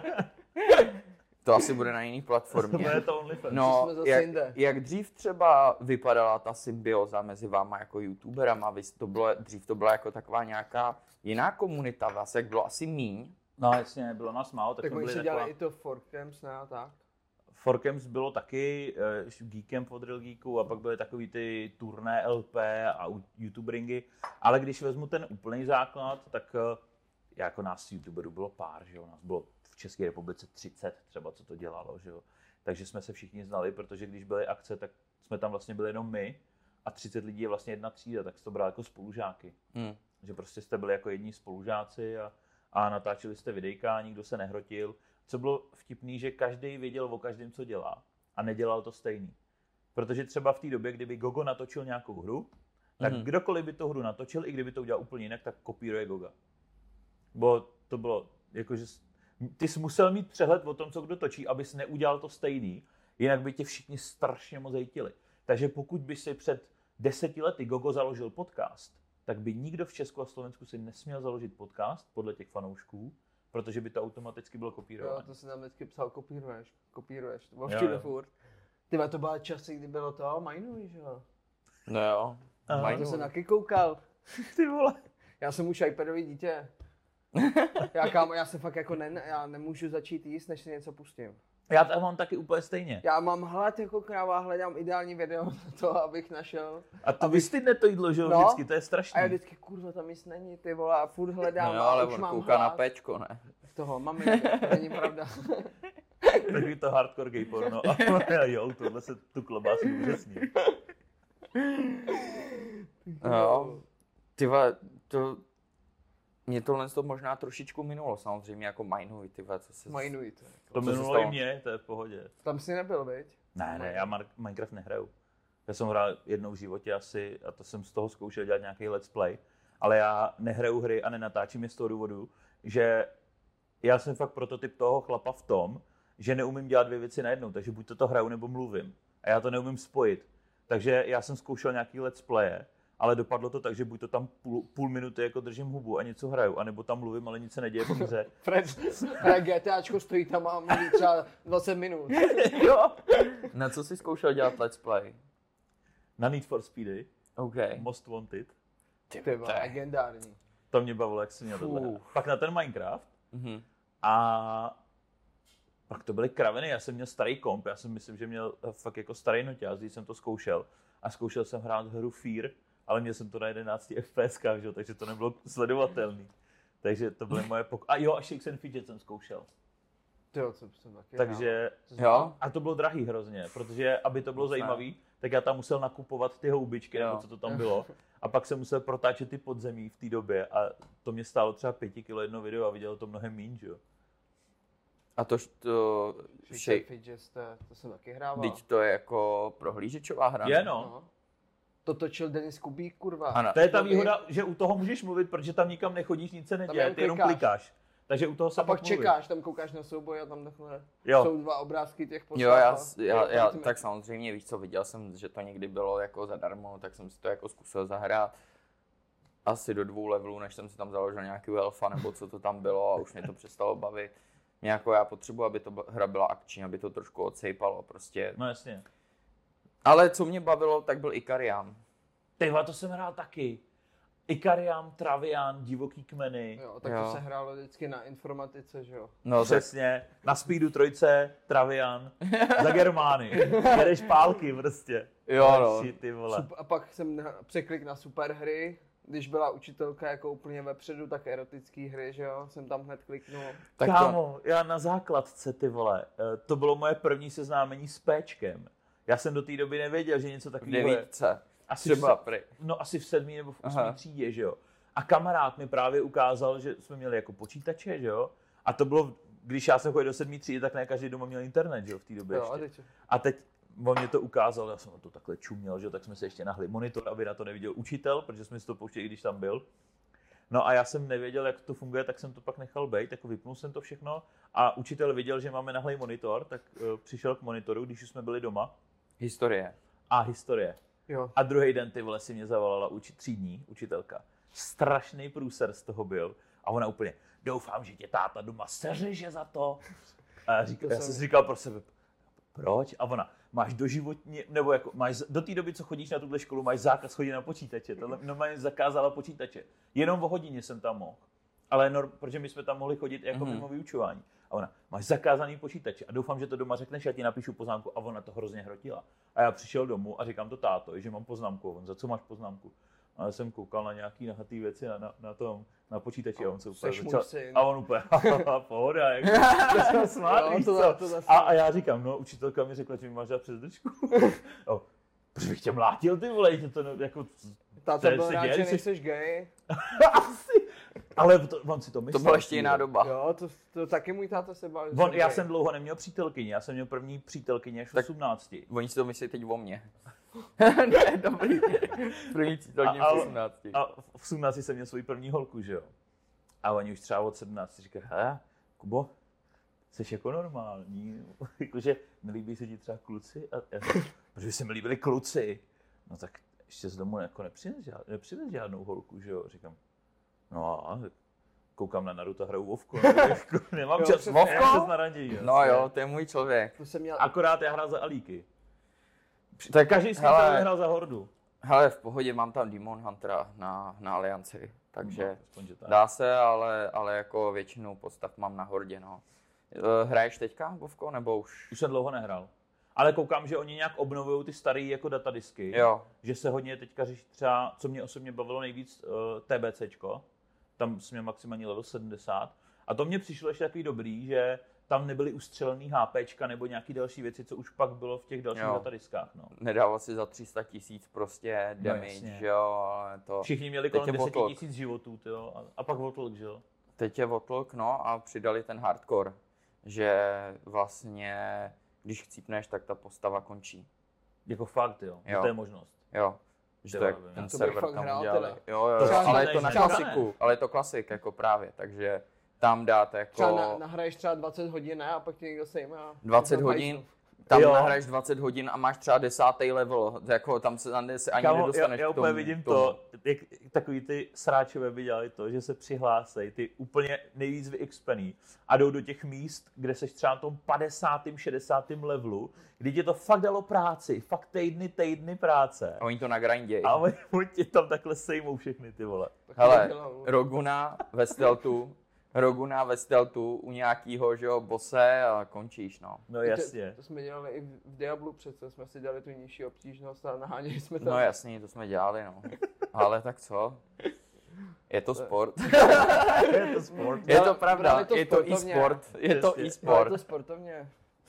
To asi bude na jiný To platformě. bude to OnlyFans. No, jsme zase jak, jinde. jak dřív třeba vypadala ta symbioza mezi váma jako youtuberama, vy to bylo, dřív to byla jako taková nějaká jiná komunita, vás jak bylo asi míň. No jasně, bylo nás málo, tak, Tak jsme oni byli si taková... dělali i to Forkcamps, ne a tak. Forcamps bylo taky, uh, Geekem od Real Geeku a pak byly takový ty turné L P a u- YouTuberingy, ale když vezmu ten úplný základ, tak uh, jako nás YouTuberů bylo pár, že jo, nás bylo v České republice třicet třeba, co to dělalo, že jo. Takže jsme se všichni znali, protože když byly akce, tak jsme tam vlastně byli jenom my a třicet lidí je vlastně jedna třída, tak se to bralo jako spolužáky. Hmm. Že prostě jste byli jako jední spolužáci a, a natáčeli jste videjka, nikdo se nehrotil. Co bylo vtipný, že každý věděl o každém, co dělá a nedělal to stejný. Protože třeba v té době, kdyby Gogo natočil nějakou hru, tak Mhm. kdokoliv by tu hru natočil, i kdyby to udělal úplně jinak, tak kopíruje Goga. Bo to bylo, jakože s- ty jsi musel mít přehled o tom, co kdo točí, abys neudělal to stejný, jinak by tě všichni strašně moc hejtili. Takže pokud by si před deseti lety Gogo založil podcast, tak by nikdo v Česku a Slovensku si nesměl založit podcast podle těch fanoušků, protože by to automaticky bylo Jo, kopírované. to si tam vždycky psal, kopíruješ, kopíruješ, to bylo Jo, všude jo. furt. Ty vole, to byla časy, kdy bylo to, Mainuj, že jo. No jo. Aha. Mají- To jsem taky koukal. Ty vole. Já jsem už iPadový dítě. Já, kámo, já se fakt jako ne, já nemůžu začít jíst, než si něco pustím. Já to mám taky úplně stejně. Já mám hlad jako kráva, hledám ideální video na to, abych našel. A to vystydne to jídlo, že jo, No. vždycky, to je A já strašný. vždycky, kurva, tam nic není, ty vole, a furt hledám No jo, a ale už on mám kouká na hlad. péčko, ne? Toho, mami, to není pravda. Takový to hardcore gay porno. A jo, tohle se tu klobásu úžasný. Jo. Ty vole, to... Mě tohle to možná trošičku minulo, samozřejmě jako Mainuj, ty vole, co se... Mainuj to. To Co se minulo stalo? i mě, to je v pohodě. Tam si nebyl, viď? Ne, ne, já Mar- Minecraft nehraju. Já jsem hrál jednou v životě asi a to jsem z toho zkoušel dělat nějaký let's play. Ale já nehraju hry a nenatáčím je z toho důvodu, že já jsem fakt prototyp toho chlapa v tom, že neumím dělat dvě věci najednou, takže buď to, to hraju nebo mluvím. A já to neumím spojit. Takže já jsem zkoušel nějaký let's playe, ale dopadlo to tak, že buď to tam půl, půl minuty jako držím hubu a něco hraju, anebo tam mluvím, ale nic se neděje v hře. Fred, Fred GTAčko stojí tam a mluví třeba dvacet minut. Jo. Na co jsi zkoušel dělat let's play? Na Need for Speedy, OK. Most Wanted, Ty vole, legendární. to mě bavilo, jak jsem měl Fuh. tohle. Pak na ten Minecraft Mhm. a pak to byly kraviny, já jsem měl starý komp, já jsem myslím, že měl fakt jako starý noťaz, když jsem to zkoušel. A zkoušel jsem hrát hru Fear, ale měl jsem to na jedenácti F P S kách, že jo, takže to nebylo sledovatelný. Takže to byly moje pok... A jo, a Shakes and Fidget jsem zkoušel. Tyjo, co jsem taky Takže, Jo? a to bylo drahý hrozně, protože aby to bylo Moc ne. zajímavý, tak já tam musel nakupovat ty houbičky, Jo. nebo co to tam bylo. A pak jsem musel protáčet ty podzemí v té době a to mě stálo třeba pěti kilo jedno video a vidělo to mnohem míň, že jo. A to, to, Shake vše, Fidget, to, to jsem taky hrával. teď to je jako prohlížečová hra. Je ne? no. No. To točil Denis Kubík, kurva. Ano. To je ta To i- výhoda, že u toho můžeš mluvit, protože tam nikam nechodíš, nic se neděje, jenom ty jenom klikáš. klikáš. Takže u toho se A pak mluvit. čekáš, tam koukáš na souboj a tam takhle Jo. jsou dva obrázky těch postav. Jo, já, a- já, já, Ultimate. tak samozřejmě víš co, viděl jsem, že to někdy bylo jako zadarmo, tak jsem si to jako zkusil zahrát asi do dvou levelů, než jsem si tam založil nějaký elfa, nebo co to tam bylo a už mě to přestalo bavit. Mě jako já potřebuji, aby to b- hra byla akční, aby to trošku odsejpalo prostě. No jasně. Ale co mě bavilo, tak byl Ikarian. Tyhle, to jsem hrál taky. Ikariam, Travian, divoký kmeny. Jo, tak Jo. to se hrálo vždycky na informatice, že jo. No, tak, Přesně, na Speedu trojce, Travian, za Germány. Jedeš pálky prostě. jo no. Další, ty vole. Sup- a pak jsem na- překlik na superhry, když byla učitelka jako úplně vepředu, tak erotický hry, že jo, jsem tam hned kliknul. Tak to, Kámo, já na základce, ty vole, eh, to bylo moje první seznámení s péčkem. Já jsem do té doby nevěděl, že něco v takového je. devítce. Asi Třeba, v, se- prej. no asi v sedmý nebo v osmý Aha. třídě, že jo. A kamarád mi právě ukázal, že jsme měli jako počítače, že jo. A to bylo, když já jsem chodil do sedmý třídy, tak ne každý doma měl internet, že jo, v té době Jo, a ještě. teď, A teď on mě to ukázal, já jsem na to takhle čuměl, že jo, tak jsme se ještě nahli monitor, aby na to neviděl učitel, protože jsme si to pouštěli, když tam byl. No a já jsem nevěděl, jak to funguje, tak jsem to pak nechal bejt, jako vypnul jsem to všechno a učitel viděl, že máme nahlej monitor, tak uh, přišel k monitoru, když už jsme byli doma Historie. a historie. jo. A druhý den ty vole si mě zavolala uči, třídní učitelka. Strašný průser z toho byl a ona úplně, doufám, že tě táta doma seřeže za to. A já, říkal, To já jsem- jsem si říkal pro sebe, proč? A ona, máš doživotně, nebo jako máš, do té doby, co chodíš na tuhle školu, máš zákaz chodit na počítače. Tohle normálně zakázala počítače. Jenom o hodině jsem tam mohl. Ale nor, protože my jsme tam mohli chodit jako Mhm. mimo vyučování. A ona, máš zakázaný počítače a doufám, že to doma řekneš, já ti napíšu poznámku. A ona to hrozně hrotila. A já přišel domů a říkám to táto, že mám poznámku. On, za co máš poznámku? A já jsem koukal na nějaký nahatý věci na, na, na tom, na počítači a on se úplně Seš můj začal, syn. a on úplně, haha, pohoda, jak to jsem smát, Jo, víš to- co? to zase- A, a já říkám, no, učitelka mi řekla, že mi máš dát přes držku. O, proč bych tě mlátil, ty vole, že to no, jako, Táta to byl se rád, děje, že jsi- nejseš gay. asi, ale to, on si to To myslel. byla ještě jiná ty vole. doba. Jo, to, to taky můj táta se bál, že On, já gay. jsem dlouho neměl přítelkyni, já jsem měl první přítelkyni až v Tak- osmnácti. Oni si to myslí teď o mně. Ne, dobrý. První přítelkyně A- v a- osmnácti. A v osmnácti jsem měl svoji první holku, že jo. A oni už třeba od sedmnácti říkají, hele, Kubo, jsi jako normální, jakože nelíbí se ti třeba kluci? A, a, protože se mi líbili kluci. No tak ještě z domu jako nepřivez, žád, nepřivez žádnou holku, že jo. Říkám, no a tak koukám na Naruto, hraju Vovko, no, jako, nemám Jo, čas, přesně. nemám Vovko? čas na randění. No jo, to je můj člověk. To jsem měl, Akorát já hrál za Alíky. Tak Každý z hele, hrál za Hordu. hele, v pohodě, mám tam Demon Huntera na, na Alianci, takže No, aspoň, že tak. dá se, ale, ale jako většinu postav mám na Hordě, no. Eh, Hraješ teďka, Vovko, nebo už? Už jsem dlouho nehrál. Ale koukám, že oni nějak obnovují ty staré jako datadisky. Jo, Že se hodně teďka řeší třeba, co mě osobně bavilo nejvíc, uh, TBCčko. Tam jsem měl maximální level sedmdesát. A to mě přišlo ještě takový dobrý, že tam nebyly ustřelený HPčka nebo nějaký další věci, co už pak bylo v těch dalších Jo. datadiskách. No. nedával si za tři sta tisíc prostě No, damage, jasně. že jo, ale to... Všichni měli Teď kolem je deset Votlok. tisíc životů, tyjo, a, a pak Votlok, že jo. Teď je Votlok, no, a přidali ten hardcore, že vlastně, když chcípneš, tak ta postava končí. Jako fakt, jo. Jo. To je možnost. Jo, že Ty to je vole, ten to bych server fakt tam hrál udělali. teda. Jo, jo, To jo, třeba ale je ne- to na třeba ne. klasiku, ale je to klasik, jako právě, takže tam dáte jako třeba na, nahraješ třeba dvacet hodin, ne? A pak ti někdo sejme a... dvacet tam hodin, hajsnu. tam Jo. nahraješ dvacet hodin a máš třeba desátý level, jako tam se, tam se ani Kámo, já, nedostaneš já k úplně tomu. vidím tomu. to, jak takový ty sráčové by dělali to, že se přihlásej, ty úplně nejvíc vyexpený a jdou do těch míst, kde seš třeba na tom padesátém šedesátém levelu, kdy ti to fakt dalo práci, fakt týdny, týdny práce. A oni to nagrindějí. A oni, oni ti tam takhle sejmou všechny ty vole. Tak Hele, to dělal. Roguna ve stealthu, Roguna ve stealthu u nějakýho, že jo, bose a končíš, no. No To, jasně. to jsme dělali i v v Diablu přece, jsme si dali tu nižší obtížnost a naháněli jsme tam. No jasně, to jsme dělali, no. Ale tak co? Je to sport. Je to sport. Je to Brali pravda, to je to sportovně. e-sport. Je to Přesně. Ale e-sport. to sportovně.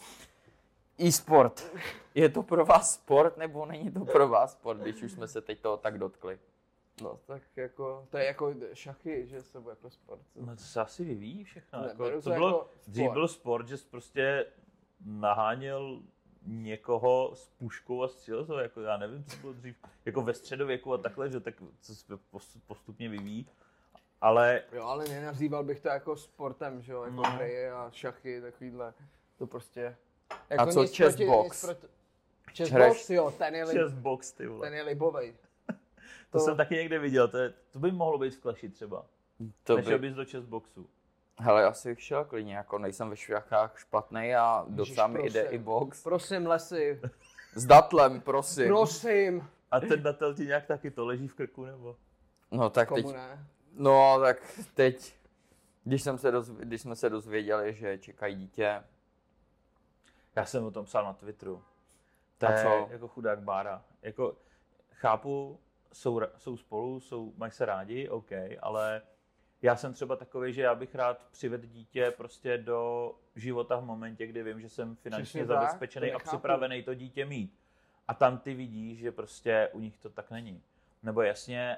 E-sport. Je to pro vás sport, nebo není to pro vás sport, když už jsme se teď toho tak dotkli? No tak jako, to je jako šachy, že jsou jako sport. No to se asi vyvíjí všechno. Ne, Jako, beru to to bylo, jako dřív sport. byl sport, že jsi prostě naháněl někoho s puškou a střelil to, jako já nevím, co bylo dřív, jako ve středověku a takhle, že tak co se post- postupně vyvíjí, ale Jo, ale nenazýval bych to jako sportem, že jo, jako No. hry a šachy, takovýhle, to prostě. Jako A co nic chess proti- box? nic proti- Chess Hraješ- box, jo, ten je, li, chess box, ty vole. ten je libovej. To to- jsem taky někde viděl, to, je, to by mohlo být v Clashi třeba. To Nešel by... bys do chess boxu. Hele, asi bych šel klidně, jako nejsem ve švachách špatnej a docela mi jde prosím. i box. Prosím, lesy, S datlem, prosím. prosím. A ten datel ti nějak taky to leží v krku, nebo? No tak Komu teď, ne? no tak teď, když, jsem se dozv, když jsme se dozvěděli, že čekají dítě, Já jsem o tom psal na Twitteru. To A je co? jako chudák Bára. Jako, chápu, jsou, ra- jsou spolu, jsou, mají se rádi, OK, ale já jsem třeba takový, že já bych rád přivedl dítě prostě do života v momentě, kdy vím, že jsem finančně Přesně tak, zabezpečený to a nechápu. připravený to dítě mít. A tam ty vidíš, že prostě u nich to tak není. Nebo jasně,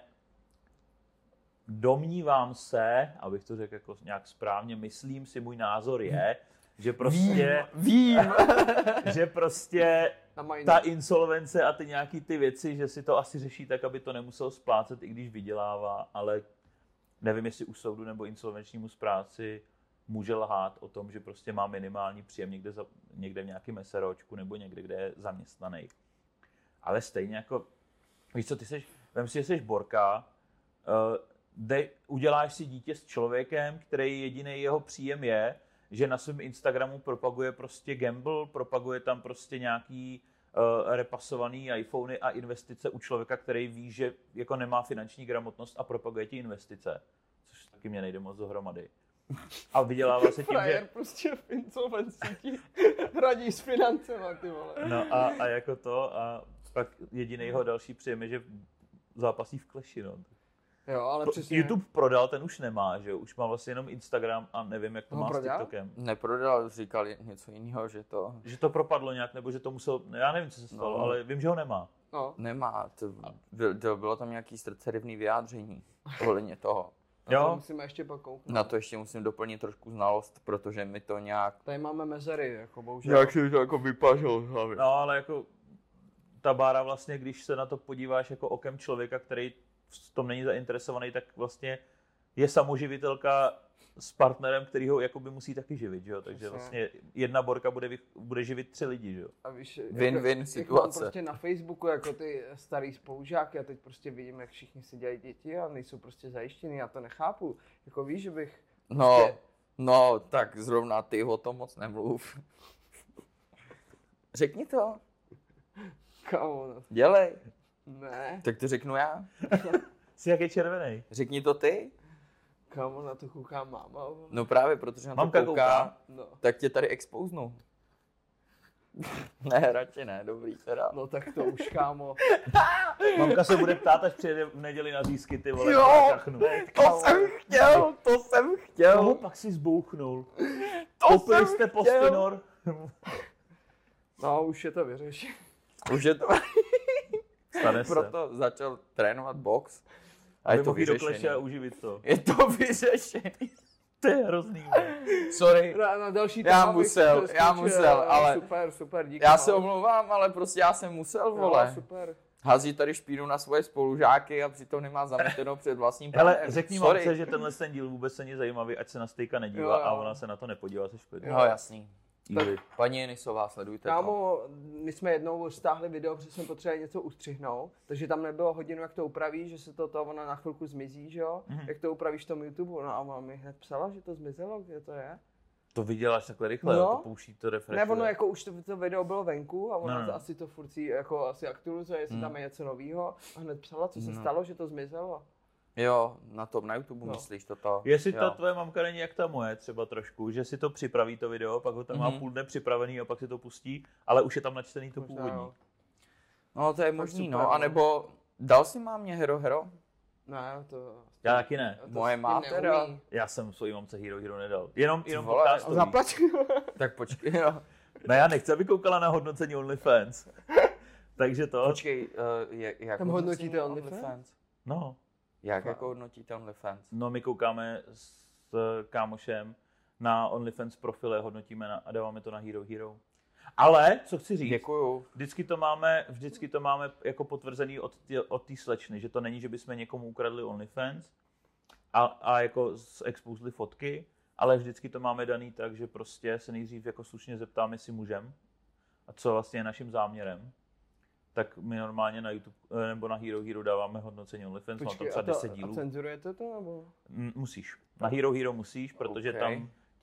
domnívám se, abych to řekl jako nějak správně, myslím si, můj názor je, že prostě, vím, že prostě Na mají ta insolvence a ty nějaký ty věci, že si to asi řeší tak, aby to nemusel splácet, i když vydělává, ale nevím, jestli u soudu nebo insolvenčnímu správci může lhát o tom, že prostě má minimální příjem někde, za, někde v nějakém meseročku nebo někde, kde je zaměstnaný. Ale stejně jako, víš co, ty seš, vem si, že jsi borka, uh, de, uděláš si dítě s člověkem, který jediný jeho příjem je, že na svém Instagramu propaguje prostě gamble, propaguje tam prostě nějaký uh, repasovaný iPhony a investice u člověka, který ví, že jako nemá finanční gramotnost a propaguje ti investice, což taky mě nejde moc dohromady. A vydělává se tím, frajer že... prostě v insolvenci ti radí s financema, ty vole. No a, a jako to, a pak jedinýho další příjem je, že zápasí v Clashi, no. Jo, ale Pro- přesně. YouTube prodal, ten už nemá, že jo, už má vlastně jenom Instagram a nevím, jak to Ho má s prodal? TikTokem. neprodal, říkali něco jiného, že to Že to propadlo nějak, nebo že to musel, já nevím, co se stalo, No. ale vím, že ho nemá. No. nemá, to, byl- to bylo tam nějaký srdcerivný vyjádření ohledně toho. Na to Jo, musíme ještě pak kouknout. Na to ještě musím doplnit trošku znalost, protože mi to nějak... Tady máme mezery, jako bohužel. Nějak si to jako vypažil z hlavy. no ale jako ta Bára vlastně, když se na to podíváš jako okem člověka, který v tom není zainteresovaný, tak vlastně je samoživitelka s partnerem, který ho jakoby musí taky živit, že jo? Takže Přesně. vlastně jedna borka bude, vych- bude živit tři lidi, že jo? A víš, Win-win jak, jak situace. mám prostě na Facebooku jako ty starý spolužáky a teď prostě vidím, jak všichni si dělají děti a nejsou prostě zajištěný, já to nechápu. Jako víš, že bych... No, prostě- no, tak zrovna ty o tom moc nemluv. Řekni to, Kámo, no. dělej. Ne, Tak to řeknu já. Jsi jak je červený. Řekni to ty. kámo, na to kouká máma. No právě, protože na to Mamka kouká, kouká. No. tak tě tady expouznu. Ne, radši ne, dobrý teda. No tak to už, kámo. Mamka se bude ptát, až přijede v neděli na získy, ty vole, Jo, já kachnu. To jsem chtěl, to jsem Koho chtěl. pak si zbouchnul? To Koupili jsem jste chtěl. Postinor? No, už je to vyřešené. Už je to, Stane se. proto začal trénovat box. A Aby je to mohl jít do vyřešený. Clash a uživit to. Je to vyřešený. To je hrozný. vole. Sorry, Na, na další Já téma bych musel, skočil, já musel, ale- Super, super, díky. já no. se omlouvám, ale prostě já jsem musel, vole. No, super. Hází tady špínu na svoje spolužáky a přitom nemá zameteno před vlastním Hele, pánem. řekni Sorry. mamce, že tenhle ten díl vůbec není zajímavý, ať se na stejka nedívá Jo, jo. a ona se na to nepodívá, se špatně. No jasný. Easy. Paní Jenisová, sledujte to. Kámo, my jsme jednou stáhli video, protože jsme potřebovali něco ustřihnout, takže tam nebylo hodinu, jak to upraví, že se to, to ona na chvilku zmizí, že jo? Mhm. Jak to upravíš v tom YouTube, no a ona mi hned psala, že to zmizelo, kde to je. To viděl až takhle rychle, No. jo? To pouští to refreshuje. Ne, ono jako už to, to video bylo venku a ona No, no. to asi to furt si jako asi aktualizuje, jestli Hmm. tam je něco nového a hned psala, co se No. stalo, že to zmizelo. Jo, na tom, na YouTube No. myslíš toto. Jestli jo. ta tvoje mamka není jak ta moje třeba trošku, že si to připraví to video, pak ho tam má Mhm. půl dne připravený a pak si to pustí, ale už je tam načtený to Možná původní. jo. No to je Tak možný, super, no. no. A nebo dal si mámě Hero Hero? Ne, to... Já taky ne. to Moje si má neumí. teda. Já jsem svojí mamce Hero Hero nedal. Jenom, jenom vole, podcastový. Zaplať. Tak počkej, no. Ne, já nechci, aby koukala na hodnocení OnlyFans. Takže to, Počkej, uh, jak, jak Tam hodnotíte OnlyFans? no. Jak Fakt. jako hodnotíte OnlyFans? No, my koukáme s kámošem na OnlyFans profile, hodnotíme na, a dáváme to na Hero Hero. Ale, co chci říct, Děkuju. vždycky to máme, vždycky to máme jako potvrzený od té od té slečny, že to není, že bychom někomu ukradli OnlyFans a, a jako exposli fotky, ale vždycky to máme daný tak, že prostě se nejdřív jako slušně zeptáme, jestli můžem a co vlastně je naším záměrem. Tak my normálně na YouTube eh, nebo na Hero Hero dáváme hodnocení OnlyFans, mám tam Počkej, třeba a, to, deset a dílů. cenzurujete to nebo? Mm, Musíš. Na Hero Hero musíš, protože Ok. tam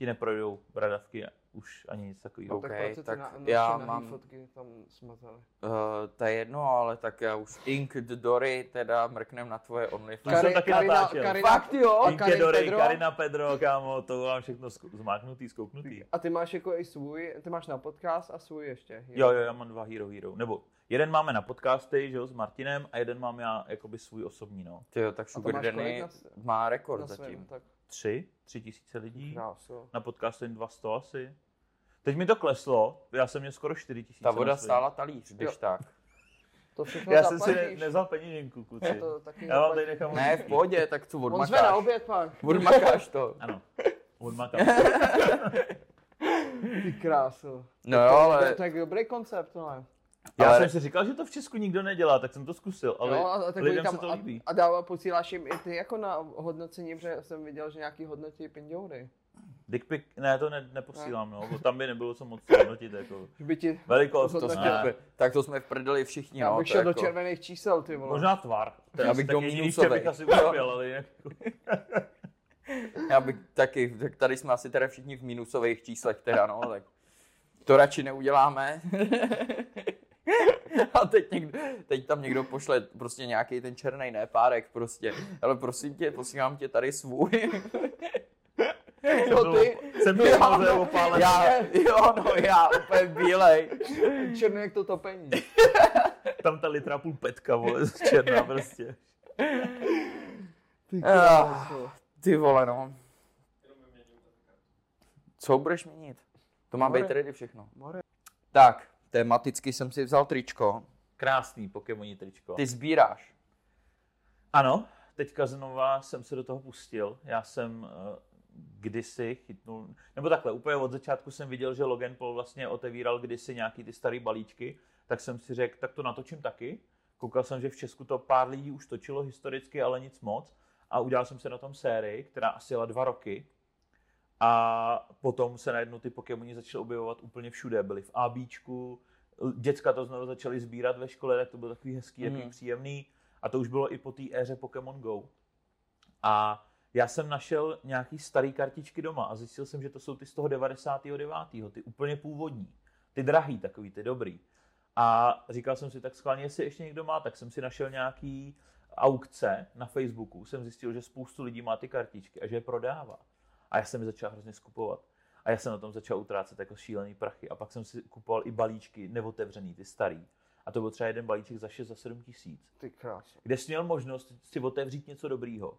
ti neprojdou bradavky už ani nic takového. No, tak OK, proč se ty tak na, já naše nahý mám- fotky tam smazali? Uh, to je jedno, ale tak já už Ink the Dory, teda mrknem na tvoje To OnlyFans. jsem taky Karina, natáčel. Karina, Fakt jo? a Inke Karin Dory, Pedro? Karina Pedro, kámo, to mám všechno zku- zmáknutý, zkouknutý. A ty máš jako i svůj, ty máš na podcast a svůj ještě. Jo, jo, já mám dva Hero Hero. Nebo jeden máme na podcasty, že jo, s Martinem a jeden mám já jakoby svůj osobní, no. Tyjo, tak to Sugar máš Danny kolik na s- má rekord Na zatím. svém, tak Tři, tři tisíce lidí. krásu. Na podcastu jen dva sto asi. Teď mi to kleslo, já jsem měl skoro čtyři tisíce. Ta voda na svém. stála talíř, když Jo. tak. To všechno Já jsem si ne, zaplatíš. nezal peníženku, kluci. To taky Já vám tady zaplatíš. nechám Ne, v pohodě, tak co On zve na odmakáš. oběd pak. Odmakáš to. Ano, odmakám. Ty krásu. No To- jo, to- ale To je dobrý koncept, ale. Já Ale- jsem si říkal, že to v Česku nikdo nedělá, tak jsem to zkusil, ale Jo, a, a tak lidem tam, se to líbí. A, a dává, posíláš jim i ty jako na hodnocení, protože jsem viděl, že nějaký hodnotí pindoury. Dick pic, ne, to ne, neposílám, no, bo tam by nebylo co moc hodnotit, jako. Že by ti... Velikost, To to tak jsme, ne. tak to jsme v prdeli všichni, Já no. bych to šel do jako- červených čísel, ty vole. Možná tvar. To je Já asi bych tak do jediný, minusovej. že bych asi uspěl, ale jinak. Já bych taky, tak tady jsme asi teda všichni v minusových číslech teda, no, tak to radši neuděláme. A teď, někdo, teď tam někdo pošle prostě nějaký ten černý nepárek prostě. Ale prosím tě, posílám tě tady svůj. Jo, ty, Jsem to samozřejmě opálený. Já, jo, no já, úplně bílej. černý jak to topení. Tam ta litra půl petka, vole, z černá prostě. Ty Ah. krásu. Ty vole, no. Co budeš měnit? To má More. být ready všechno. More. Tak, tematicky jsem si vzal tričko. Krásný Pokémoní tričko. Ty sbíráš. Ano, teďka znova jsem se do toho pustil. Já jsem uh, kdysi chytnul, nebo takhle, úplně od začátku jsem viděl, že Logan Paul vlastně otevíral kdysi nějaký ty starý balíčky, tak jsem si řekl, tak to natočím taky. Koukal jsem, že v Česku to pár lidí už točilo historicky, ale nic moc. A udělal jsem se na tom sérii, která asi jela dva roky. A potom se najednou ty Pokémoni začaly objevovat úplně všude. Byly v ABčku, děcka to znovu začaly sbírat ve škole, tak to bylo takový hezký, Mm. takový příjemný. A to už bylo i po té éře Pokémon Go. A já jsem našel nějaký starý kartičky doma a zjistil jsem, že to jsou ty z toho devadesátého devátého ty úplně původní. Ty drahý, takový, ty dobrý. A říkal jsem si tak schválně, jestli ještě někdo má, tak jsem si našel nějaký aukce na Facebooku. Jsem zjistil, že spoustu lidí má ty kartičky a že je prodává. A já jsem je začal hrozně skupovat. A já jsem na tom začal utrácet jako šílený prachy. A pak jsem si kupoval i balíčky neotevřený, ty starý. A to byl třeba jeden balíček za šest, za sedm tisíc. Ty krásu. Kde jsi měl možnost si otevřít něco dobrýho.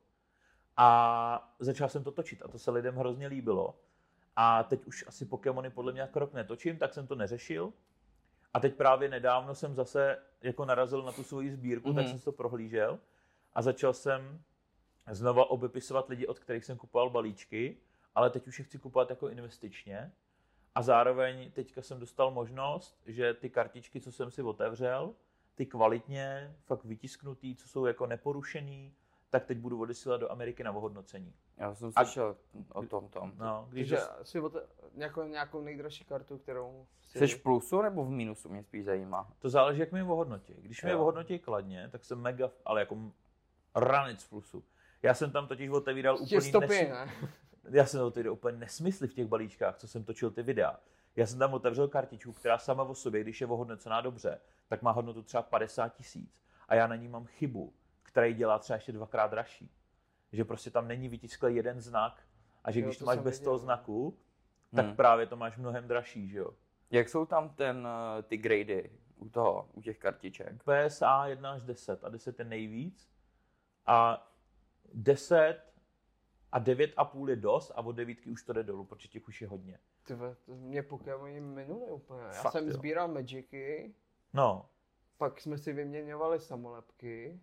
A začal jsem to točit a to se lidem hrozně líbilo. A teď už asi Pokémony podle mě jako rok netočím, tak jsem to neřešil. A teď právě nedávno jsem zase jako narazil na tu svoji sbírku, mm-hmm. tak jsem si to prohlížel. A začal jsem znova obepisovat lidi, od kterých jsem kupoval balíčky, ale teď už je chci kupovat jako investičně. A zároveň teďka jsem dostal možnost, že ty kartičky, co jsem si otevřel, ty kvalitně, fakt vytisknutý, co jsou jako neporušený, tak teď budu odesílat do Ameriky na ohodnocení. Já jsem A- slyšel o tom tam. No, když Takže dos- si ote- nějakou, nějakou nejdražší kartu, kterou si... Jsi v plusu nebo v mínusu, mě spíš zajímá. to záleží, jak mi je ohodnotí. Když mi je Jo. ohodnotí kladně, tak jsem mega, ale jako ranec v plusu. Já jsem tam totiž otevíral Tě úplně stopy, nes... ne? Já jsem otevíral úplně nesmysly v těch balíčkách, co jsem točil ty videa. Já jsem tam otevřel kartičku, která sama o sobě, když je ohodnocená dobře, tak má hodnotu třeba padesát tisíc. A já na ní mám chybu, která ji dělá třeba ještě dvakrát dražší. Že prostě tam není vytisklý jeden znak a že Jo, když to to máš jsem bez viděl, toho no. znaku, tak Hmm. právě to máš mnohem dražší, že jo. Jak jsou tam ten, eh, ty grady u toho, u těch kartiček? P S A jedna až deset a deset je nejvíc a deset a devět a půl je dost a od devítky už to jde dolů, protože těch už je hodně. Ty ve, to mě Pokémoni minuli úplně. Já Fakt, jsem jo. sbíral Magicy, No, pak jsme si vyměňovali samolepky.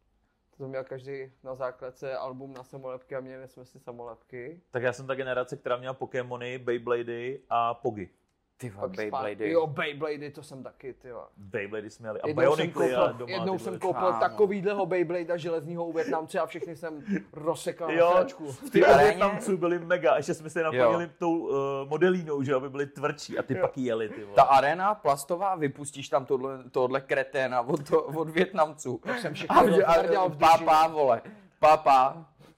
To měl každý na základce album na samolepky a měli jsme si samolepky. tak já jsem ta generace, která měla Pokémony, Beyblady a Pogy. Ty vole, Pak Beyblady. spát- Jo, Beyblady, to jsem taky, ty jo. Beyblady jsme měli a Jednou jsem Bionicly a koupil, doma. jednou ty jsem vole. koupil Kámo. takovýhleho Beyblada železního u Větnamce a všechny jsem rozsekal na Jo, sáčku. ty aréně? Větnamců byli mega, ještě jsme se naplnili tou uh, modelínou, že aby byli tvrdší a ty Jo. pak jeli, ty vole. Ta arena plastová, vypustíš tam tohle, tohle kreténa od, to, od Větnamců. Tak jsem A, všechno a, rozhrděl a v duši. pápá, vole, pápá,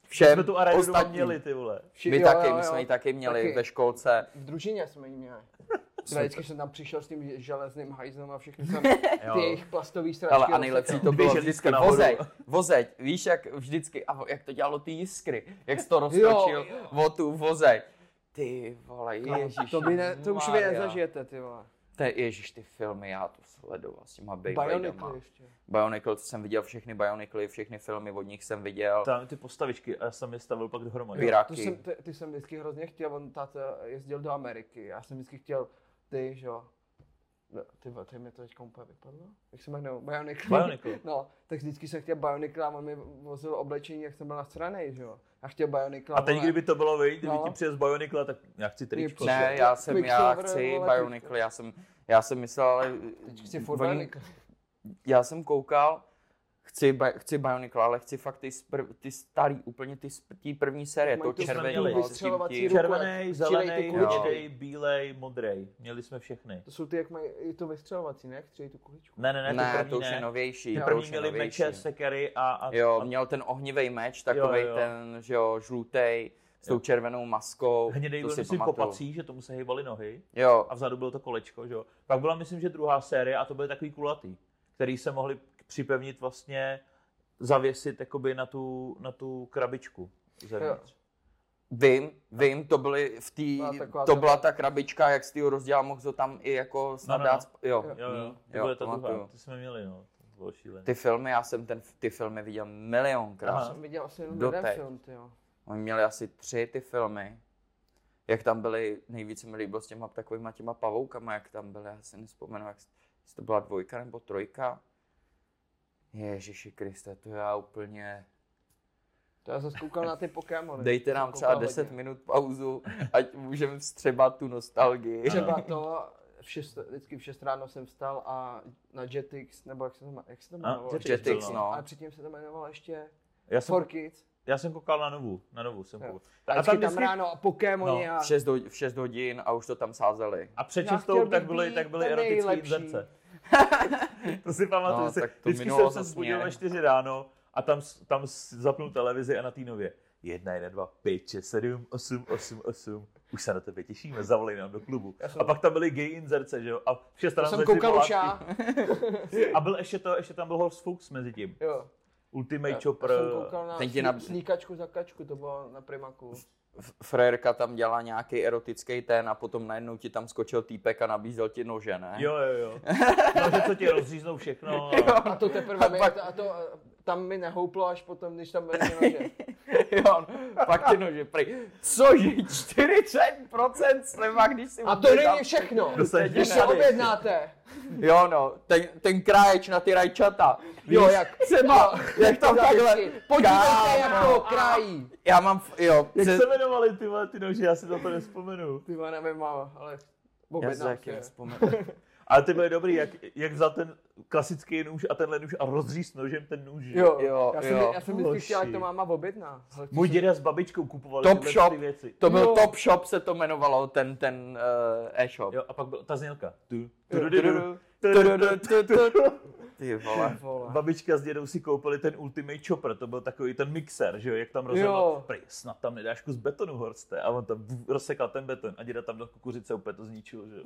všem jsme tu arénu doma ostatním. měli, ty vole. Vši, My jo, taky, jo, my jo. jsme ji taky měli Taky. ve školce. V družině jsme ji měli. Teda vždycky jsem tam přišel s tím železným hajzlem a všechny jsem Jo. ty jejich plastový sračky. Ale a nejlepší to Dvě bylo želízka vždycky nahoru. vozeď, vozeď, víš jak vždycky, a jak to dělalo ty jiskry, jak jsi to roztočil o tu vozeď. Ty vole, ježiš. To, by ne, to už vy nezažijete, ty vole. To je, ježiš, ty filmy, já to sledoval s těma Beybladama. Bionicle ještě. Bionicle, to jsem viděl všechny Bionicly, všechny filmy od nich jsem viděl. Tam ty postavičky, a já jsem je stavil pak dohromady. Piráky. To jsem, ty, ty jsem vždycky hrozně chtěl, on táta jezdil do Ameriky, já jsem vždycky chtěl ty, že jo. No, ty vole, ty mi to teďka úplně vypadlo. Jak se jmenují? Bionicle. Bionicle. No, tak vždycky jsem chtěl Bionicle a on mi vozil oblečení, jak jsem byl nasranej, že jo. Já chtěl Bionicle. A teď, vole. kdyby to bylo vy, kdyby No. ti přijel z Bionicle, tak já chci tričko. Ne, já jsem, já Quicksilver, chci vole, Bionicle, já jsem, já jsem myslel, ale Teď chci furt oni- Bionicle. já jsem koukal, chci, bi- chci Bionicle, ale chci fakt ty, spr- ty starý, úplně ty z tý první série, Mají to tu červený, měli. no, s tím Vystřelovací tím- ruku. Červený, Střílej ty zelený, kuličky. modrý, bílej, modrý. Měli jsme všechny. To jsou ty, jak mají i to vystřelovací, ne? Jak střílejí tu kuličku. Ne, ne, ne, Ne, ty první to už ne. je novější. Ty to první už je měli novější. meče, sekery a... a Jo, a měl ten ohnivý meč, takovej Jo, jo. ten, že jo, žlutej, s tou Jo. červenou maskou. hnědej to byl, si myslím, pamatuju. kopací, že tomu se hýbaly nohy. Jo, A vzadu bylo to kolečko, že jo. Pak byla, myslím, že druhá série a to byly takový kulatý, který se mohli připevnit vlastně, zavěsit jakoby na tu, na tu krabičku zevnitř. vím, vím, to byly v Byla té, taková to ta- byla ta krabička, jak z toho rozdělal, mohl to tam i jako snad No, no, no. dát, sp- jo, Jo. Jo, jo, hm, to byly ta pamatuju. druhá, ty jsme měli, no. To bylo šílené. Ty filmy, já jsem ten, ty filmy viděl milionkrát. Aha. Já jsem viděl asi jenom Doteď. jeden film, ty jo. Oni měli asi tři ty filmy. Jak tam byly, nejvíce mi líbilo s těma takovýma těma pavoukama, jak tam byly, já si nespomenu, jak jestli to byla dvojka nebo trojka. Ježiši Kriste, to já úplně... To já zase koukal na ty Pokémony. Dejte Jsem nám třeba koukal deset hodně. minut pauzu, ať můžeme vstřebat tu nostalgii. Třeba to, v šest, vždycky v šest ráno jsem vstal a na Jetix, nebo jak se to, jak se to A, jmenovalo? Jetix, Jetix, no. no. Ale předtím se to jmenovalo ještě Já jsem, For Kids. já jsem koukal na novou, na novou jsem Jo. koukal. A, A vždycky tam tam vždycky, ráno Pokémony No, a... V šest, ho, v šest hodin a už to tam sázeli. a před Já šestou chtěl tak být byly, tak byly ten erotické nejlepší. inzerce. To si pamatuju, No, si, tak to vždycky minulo jsem se zas zbudil mě. ve čtyři ráno a tam, s- tam s- zapnul televizi a na té nově. Jedna, jedna, dva, pět, šest, sedm, osm, osm, osm. Už se na tebe těšíme, zavolej nám do klubu. jsem- A pak tam byly gay inzerce, že jo? A v šest To ráno jsem začaly koukal už pohádky. já. A byl ještě to, ještě tam byl Horse Fuchs mezi tím. Jo. Ultimate Já Chopper. jsem koukal na, Ten ti sní- nab- sníkačku za kačku, to bylo na Primaku. F- Frérka tam dělala nějaký erotický ten a potom najednou ti tam skočil týpek a nabízel ti nože, ne? Jo, jo, jo. No, že co ti rozříznou všechno. A... A to teprve, A mi, pak- a to, tam mi nehouplo až potom, když tam byly ty nože. Jo, pak ty nože prý. Cože, čtyřicet procent sleva, když si A to objednám- není všechno. Dosaď Když se tady. objednáte. Jo no, ten, ten kráječ na ty rajčata. Jo, Víš, jak třeba, jak tam takhle. Podívejte, jak Kámo. to krájí. Já mám, f- jo, Jak se- se jmenovaly ty, vole, ty nože, já si na to nespomenu. Ty vole, nevím, ale ale já se objednám taky si. nevzpomenu. Ale ty byly dobrý, jak, jak vzal ten klasický nůž a tenhle nůž a rozřízt nožem ten nůž. že? Jo, Jo, já jsem, jo. já jsem vždycky Hoši. chtěl, jak to máma objedná. Ale to Můj jsem- děda s babičkou kupovali Top tyhle Shop. ty věci. To byl Jo. Top Shop, se to jmenovalo, ten, ten uh, e-shop. Jo, a pak byla ta znělka. Tu, Tududu, tududu, tududu, tududu. Ty vole. Vole. Babička s dědou si koupili ten Ultimate Chopper, to byl takový ten mixer, že jo, jak tam Jo. rozhodl, prý, snad tam nedáš kus betonu, Horste, a on tam vf, rozsekal ten beton a děda tam dal kukuřice, úplně to zničil, že jo.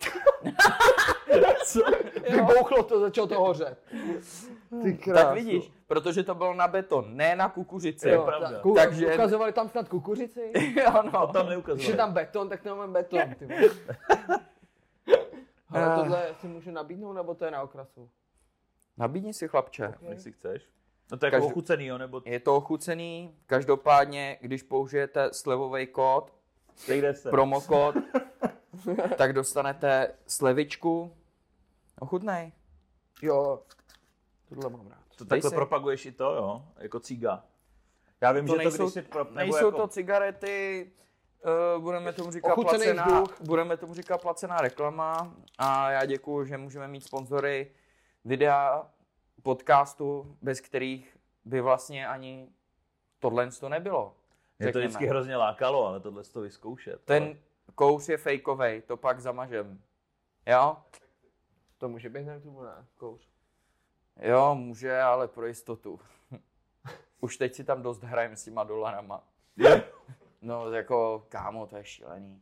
Vybouchlo to, začalo to hořet. Ty Tak vidíš, protože to bylo na beton, ne na kukuřici. Jo. Jo, pravda. ta, ku, Takže- ukazovali tam snad kukuřici? Jo To no. tam Když je neukazovali. tam beton, tak tam mám beton, ty vole. Ale tohle si můžu nabídnout, nebo to je na okrasu? Nabídni si chlapče. Jestli chceš. No to je Každý- jako ochucený, jo, nebo Je to ochucený, každopádně, když použijete slevový kód, kde se. promokód, tak dostanete slevičku. Ochutnej. Jo, tohle mám rád. To Dej takhle si. propaguješ i to, jo, jako ciga. Já vím, To že nejsou, to když si pro, nebo nejsou jako, to cigarety, uh, budeme tomu říkat Ochucený placená, vzduch. budeme tomu říkat placená reklama a já děkuju, že můžeme mít sponzory videa, podcastu, bez kterých by vlastně ani tohle to nebylo. mě to řekněme. vždycky hrozně lákalo, ale tohle to vyzkoušet. Ten kouř je fejkovej, to pak zamažem. Jo? To může být na YouTube, ne? Kouř. Jo, může, ale pro jistotu. Už teď si tam dost hrajem s těma dolarama. Je. No jako, kámo, to je šílený.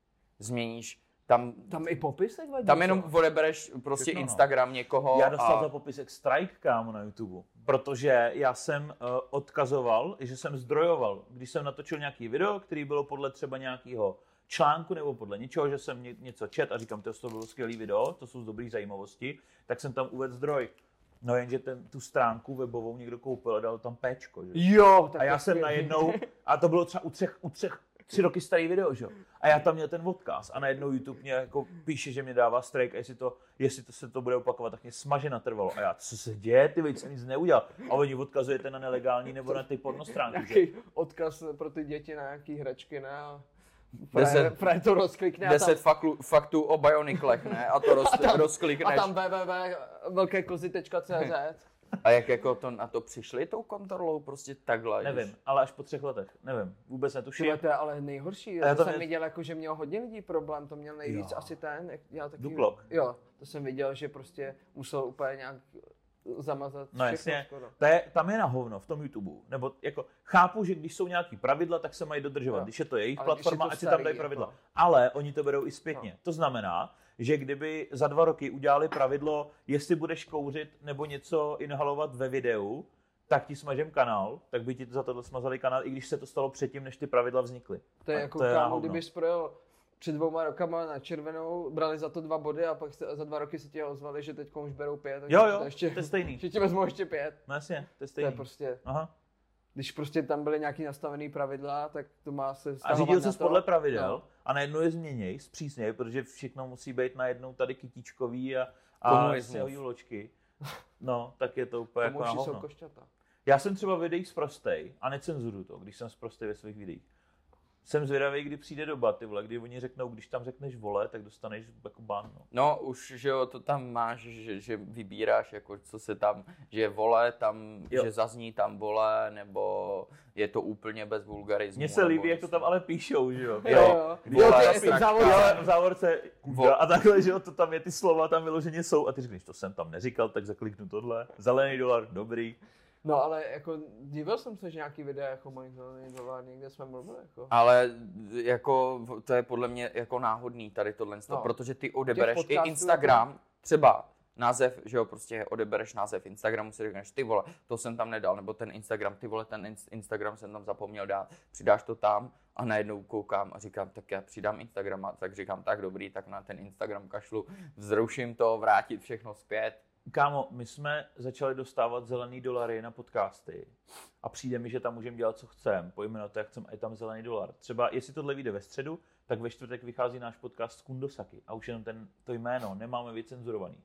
Změníš, tam, Tam i popisek vadí. tam jenom odebereš prostě Všechno, no. Instagram někoho Já dostal a... za popisek strike, kámo, na YouTube, protože já jsem uh, odkazoval, že jsem zdrojoval, když jsem natočil nějaký video, který bylo podle třeba nějakého článku nebo podle něčeho, že jsem ně, něco čet a říkám, to bylo skvělý video, to jsou z dobrý zajímavosti, tak jsem tam uvedl zdroj. No jenže ten, tu stránku webovou někdo koupil a dal tam péčko, že? Jo, tak A já jsem najednou, a to bylo třeba u třech, u třech, tři roky starý video, že jo? A já tam měl ten odkaz a najednou YouTube mě jako píše, že mě dává strike a jestli to, jestli to se to bude opakovat, tak mě smaže natrvalo. A já, co se děje, ty víc, jsem nic neudělal. A oni odkazujete na nelegální nebo na ty pornostránky, že? nějaký odkaz pro ty děti na nějaký hračky, ne? A Deset- Frajer to rozklikne a deset tam, faktů, faktů o Bioniklech, ne? A to roz, a rozklikneš. tam w w w tečka velkékozy tečka c z. A jak jako to na to přišli tou kontrolou prostě takhle? Nevím, když- ale až po třech letech, nevím, vůbec netuším. Tyhle, to je ale nejhorší. A já Já to to jsem mě- viděl, jako, že měl hodně lidí problém, to měl nejvíc Jo. asi ten, jak já taky... Duklok. Jo, to jsem viděl, že prostě musel úplně nějak zamazat No všechno jasně, skoro. to je, tam je na hovno v tom YouTube, nebo jako chápu, že když jsou nějaký pravidla, tak se mají dodržovat, Jo. když je to jejich Ale když platforma, je to ať si tam starý, dají pravidla. jako. Ale oni to berou i zpětně. No. To znamená, že kdyby za dva roky udělali pravidlo, jestli budeš kouřit nebo něco inhalovat ve videu, tak ti smažem kanál, tak by ti za tohle smazali kanál, i když se to stalo předtím, než ty pravidla vznikly. To je A jako to je na kámo, hovno. kdybys projel před dvěma rokama na červenou, brali za to dva body a pak se, za dva roky se ti ozvali, že teď už berou pět. takže Jo, jo, ještě, to je stejný. že ti vezmou ještě pět. No jasně, to je To je stejný. prostě, Aha. když prostě tam byly nějaký nastavený pravidla, tak to má se A vztahovat řídil na se to. podle pravidel No. a najednou je změněj, zpřísněj, protože všechno musí být najednou tady kytičkový a, a Komunismus. juločky. No, tak je to úplně jako na Komouši jsou hovno. košťata. Já jsem třeba v videích sprostej a necenzuruju to, když jsem sprostej ve svých videích. Jsem zvědavý, kdy přijde doba, ty vole, kdy oni řeknou, když tam řekneš vole, tak dostaneš jako ban. No. No už, že jo, to tam máš, že, že vybíráš, jako co se tam, že je vole, tam, Jo. že zazní tam vole, nebo je to úplně bez vulgarismu. Mně se nebo líbí, jak to něco. tam ale píšou, že jo. Jo, jo. Když Jo, to to je asi- v závorce. jo, v závorce kůda Vo- a takhle, že jo, to tam je, ty slova tam vyloženě jsou a ty řekneš, to jsem tam neříkal, tak zakliknu tohle. Zelený dolar, dobrý. No ale jako divil jsem se, že nějaký videa jako mají zelený dolar, někde jsme mluvili jako. Ale jako to je podle mě jako náhodný tady tohle, No. no. protože ty odebereš i podcastů Instagram, třeba název, že jo, prostě odebereš název Instagramu, si řekneš, ty vole, to jsem tam nedal, nebo ten Instagram, ty vole, ten ins- Instagram jsem tam zapomněl dát, přidáš to tam a najednou koukám a říkám, tak já přidám Instagram a tak říkám, tak dobrý, tak na ten Instagram kašlu, vzruším to, vrátit všechno zpět. Kámo, my jsme začali dostávat zelený dolary na podcasty a přijde mi, že tam můžeme dělat, co chceme, pojmenovat to, jak chceme, a je tam zelený dolar. Třeba, jestli tohle vyjde ve středu, tak ve čtvrtek vychází náš podcast z Kundosaki a už jenom ten, to jméno nemáme vycenzurovaný.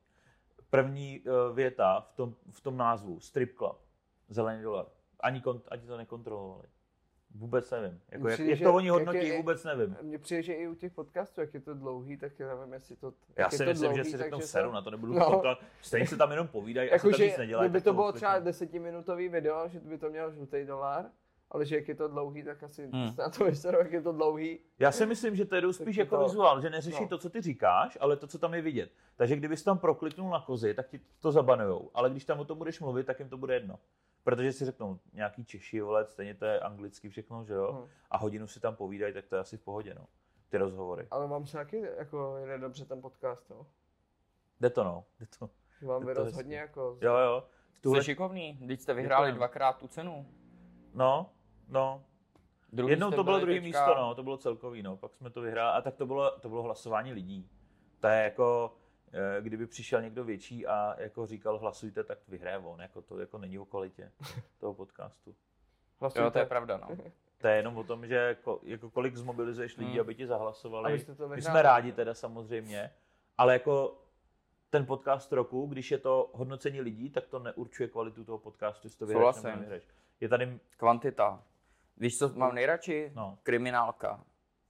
První uh, věta v tom, v tom názvu, Strip Club, zelený dolar. Ani, kont, ani to nekontrolovali. Vůbec nevím. Jako, jak, Přijde, jak že- to oni jak hodnotí, je- vůbec nevím. Mně přijde, že i u těch podcastů, jak je to dlouhý, tak já nevím, jestli to Já jak je si to myslím, dlouhý, že si řeknou takže seru, to- na to nebudu No. no. Stejně se tam jenom povídají a se tam Jakože nic nedělají. kdyby tak to bylo kliknu. třeba desetiminutový video, že by to měl žlutý dolar, ale že jak je to dlouhý, tak asi Hmm. hmm. na to vyseru, jak je to dlouhý. Já si myslím, že to jde spíš to jako to- vizuál, že neřeší no. to, co ty říkáš, ale to, co tam je vidět. Takže kdybys tam prokliknul na kozy, tak ti to zabanujou. Ale když tam o tom budeš mluvit, tak jim to bude jedno. Protože si řeknou nějaký Češi, vole, stejně to je anglicky všechno, že jo? Hmm. A hodinu si tam povídají, tak to je asi v pohodě, no. Ty rozhovory. Ale vám se taky jako jde dobře ten podcast, no. Jde to, no. Jde to. Že vám Je to vyrost hezký. hodně jako... Jo, jo. Tuhle... Jste šikovný, teď jste vyhráli Děkujem. dvakrát tu cenu. No, no. Druhý Jednou jste to bylo byli druhé teďka- místo, no, to bylo celkový, no, pak jsme to vyhráli, a tak to bylo, to bylo hlasování lidí. To je jako, eh, kdyby přišel někdo větší a jako říkal hlasujte, tak vyhraje on, jako to jako není o kvalitě toho podcastu. Hlasujte. Jo, to je pravda, no. To je jenom o tom, že ko, jako kolik zmobilizuješ lidí, Hmm. aby ti zahlasovali. Abyste to My vyhráli. jsme rádi teda samozřejmě, ale jako ten podcast roku, když je to hodnocení lidí, tak to neurčuje kvalitu toho podcastu, jestli to vyhraješ nebo Souhlasím. nevyhraješ. Je tady, Kvantita. Víš, co mám nejradši? no. Kriminálka.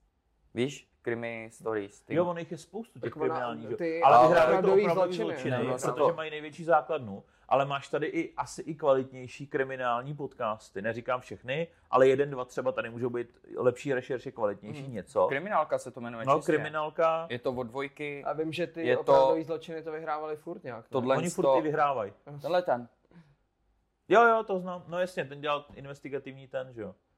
Víš? Krimi stories. Ty. Jo, ono jich je spoustu těch Tak ona- kriminálních, jo. ty- ale ale vyhrávají to opravdový opravdu zločiny, zločiny, no, no, protože to- mají největší základnu, ale máš tady i asi i kvalitnější kriminální podcasty, neříkám všechny, ale jeden, dva třeba tady můžou být lepší rešerše, kvalitnější Mhm. něco. Kriminálka se to jmenuje No, čistě. kriminálka, Je to od dvojky. A vím, že ty Je to- opravdový zločiny to vyhrávali furt nějak. ne? Tohle- oni furt sto- i vyhrávají. Tenhle ten. Jo, jo, to znám, no jasně, ten dělal investigativní ten, že jo.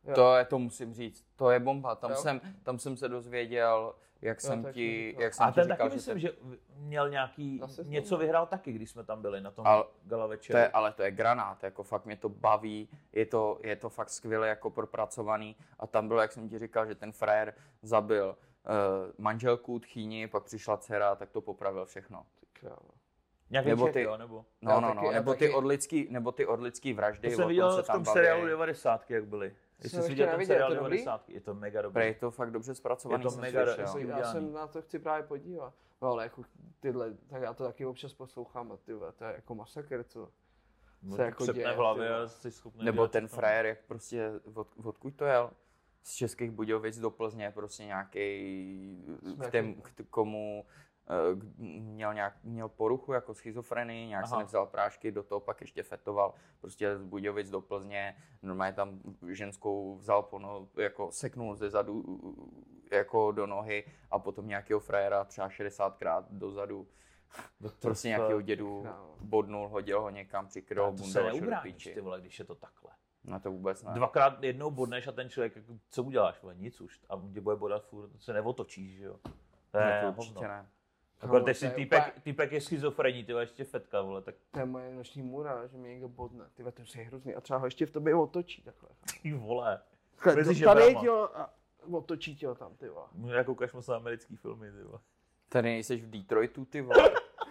To, je, to musím říct, to je bomba. Tam, Jo. jsem, tam jsem se dozvěděl, jak Jo, jsem tak ti, jsem jak jsem A ti ten říkal, taky že myslím, ten, že měl nějaký, Na seznamu. něco vyhrál taky, když jsme tam byli na tom Ale gala to večeru. je, ale to je granát, jako fakt mě to baví, je to, je to fakt skvěle jako propracovaný a tam bylo, jak jsem ti říkal, že ten frajer zabil uh, manželku, tchýni, pak přišla dcera, tak to popravil všechno. Kráva. Nějaký nebo Čech, ty- jo, nebo? No, Já no, taky- no, já nebo taky- ty odlidský, nebo ty odlidský vraždy, To o jsem tom viděl se v tam tom baví. seriálu devadesátky, jak byly. Jestli Jsem jsi ještě viděl ten neviděl, je seriál to dobrý? devadesátky, je to mega dobrý. Prej je to fakt dobře zpracovaný, Je to jsem mega- slyšel. já Já, jsem- jsem, já udělaný. jsem na to chci právě podívat. No ale jako tyhle, tak já to taky občas poslouchám a ty vole, to je jako masakr, co No, se jako přepne děje, v hlavě ty vole. a jsi schopný Nebo dělat ten všechno. frajer, jak prostě, od, odkud to jel? Z Českých Budějovic do Plzně, prostě nějaký, Jsme k tém, jako- k t- komu eh, k- měl, nějak, měl poruchu jako schizofrenii, nějak se Aha. nevzal prášky, do toho pak ještě fetoval, prostě z Budějovic do Plzně, normálně tam ženskou vzal po no, jako seknul ze zadu jako do nohy a potom nějakého frajera třeba šedesátkrát dozadu. No to Prostě fakt- nějakého dědu no. bodnul, hodil ho někam, přikryl, Ale to se bundal šel do neubráníš, píči. ty vole, když je to takhle. No to vůbec ne. Dvakrát jednou bodneš a ten člověk, jako, co uděláš, vole, nic už. A tě bude bodat furt, to se neotočíš, že jo. To je No to určitě hovno. ne. Takhle, No, teď to si je týpek, úplně- týpek je schizofrení, ty vole, ještě fetka, vole, tak To je moje noční můra, že mě někdo bodne. Ty vole, to je hrozný. A třeba ho ještě v tobě otočí takhle. ty vole. Takhle, Mezi to- tady žebrama. ti ho a otočí tě ho tam, ty vole. Já koukáš moc na americký filmy, ty vole. Tady nejseš v Detroitu, ty vole.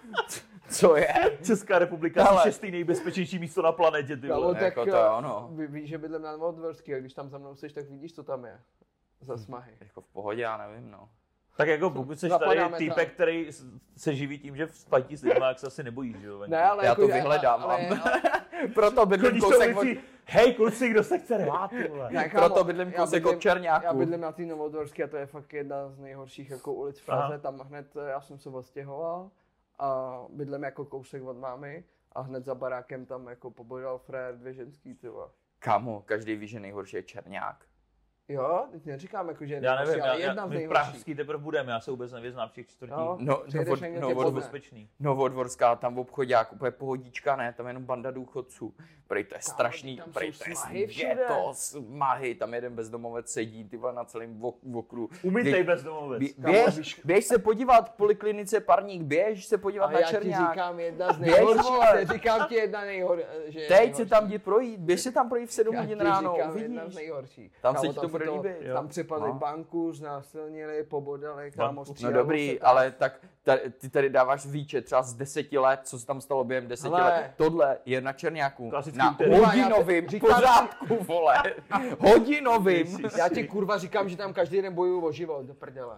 Co je? Česká republika Ale- je šestý nejbezpečnější místo na planetě, ty Kámo, vole. tak jako to je ono. ví, víš, že bydlím na Novodvorský a když tam za mnou seš, tak vidíš, co tam je. Za smahy. Jako v pohodě, já nevím, no. Tak jako pokud jsi tady Zapadáme týpek, tam. který s- se živí tím, že spajtí s lidmi, tak se asi nebojíš, že jo? venku. Ne, ale Já jako, to vyhledávám. Ale, ale, Proto bydlím Chodíš to kousek od, ulicí, hej kluci, kdo se chce rvát, ty vole. ne, kámo, proto bydlím já kousek bydlím- od Černáků. Já bydlím na té Novodvorské a to je fakt jedna z nejhorších jako ulic v Praze. Aha. Tam hned, já jsem se odstěhoval a bydlím jako kousek od mámy a hned za barákem tam jako pobodal frér dvě ženský, ty vole. Kamo, každý ví, že nejhorší je Černák. Jo, teď neříkám jako, že je Já nevím, nejhorší, já, ale jedna já, z my nejhorších. pražský teprve budeme, já se vůbec nevyznám v těch čtvrtích. Jo. No, Přijedeš novod, někde novod, podle. novod, bezpečný. Novodvorská, tam v obchodák, úplně pohodička, ne, tam je jenom banda důchodců. Prej to je Kámo, strašný, tam prej jsou to je smahy všude. je to smahy, tam jeden bezdomovec sedí, ty vole, na celém vok- okru. Umytej Běž- bezdomovec. bě- Kámo, Běž, víš- běž se podívat v poliklinice Parník, běž se podívat A na já ti Černák. říkám jedna z Běž, nejhorších, vole. říkám ti jedna nejhorší. Že je Teď se nejhorší. tam jdi projít, běž se tam projít v sedm Já hodin ti ráno, říkám, jedna z uvidíš. nejhorších. Tam se Kámo, ti to bude to- líbit. Tam přepadli No. banku, znásilnili, pobodali, kámo, Banku. No střídalo dobrý, se tam. ale tak tady, ty tady dáváš výčet třeba z deseti let, co se tam stalo během deseti Hele. let. Tohle je na Černáku. Klasický Na úterý. hodinovým Říkám- pořádku, vole. Hodinovým. Já ti kurva říkám, že tam každý den bojuju o život, do prdele.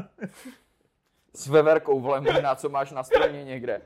S veverkou, vole, možná, co máš na straně někde.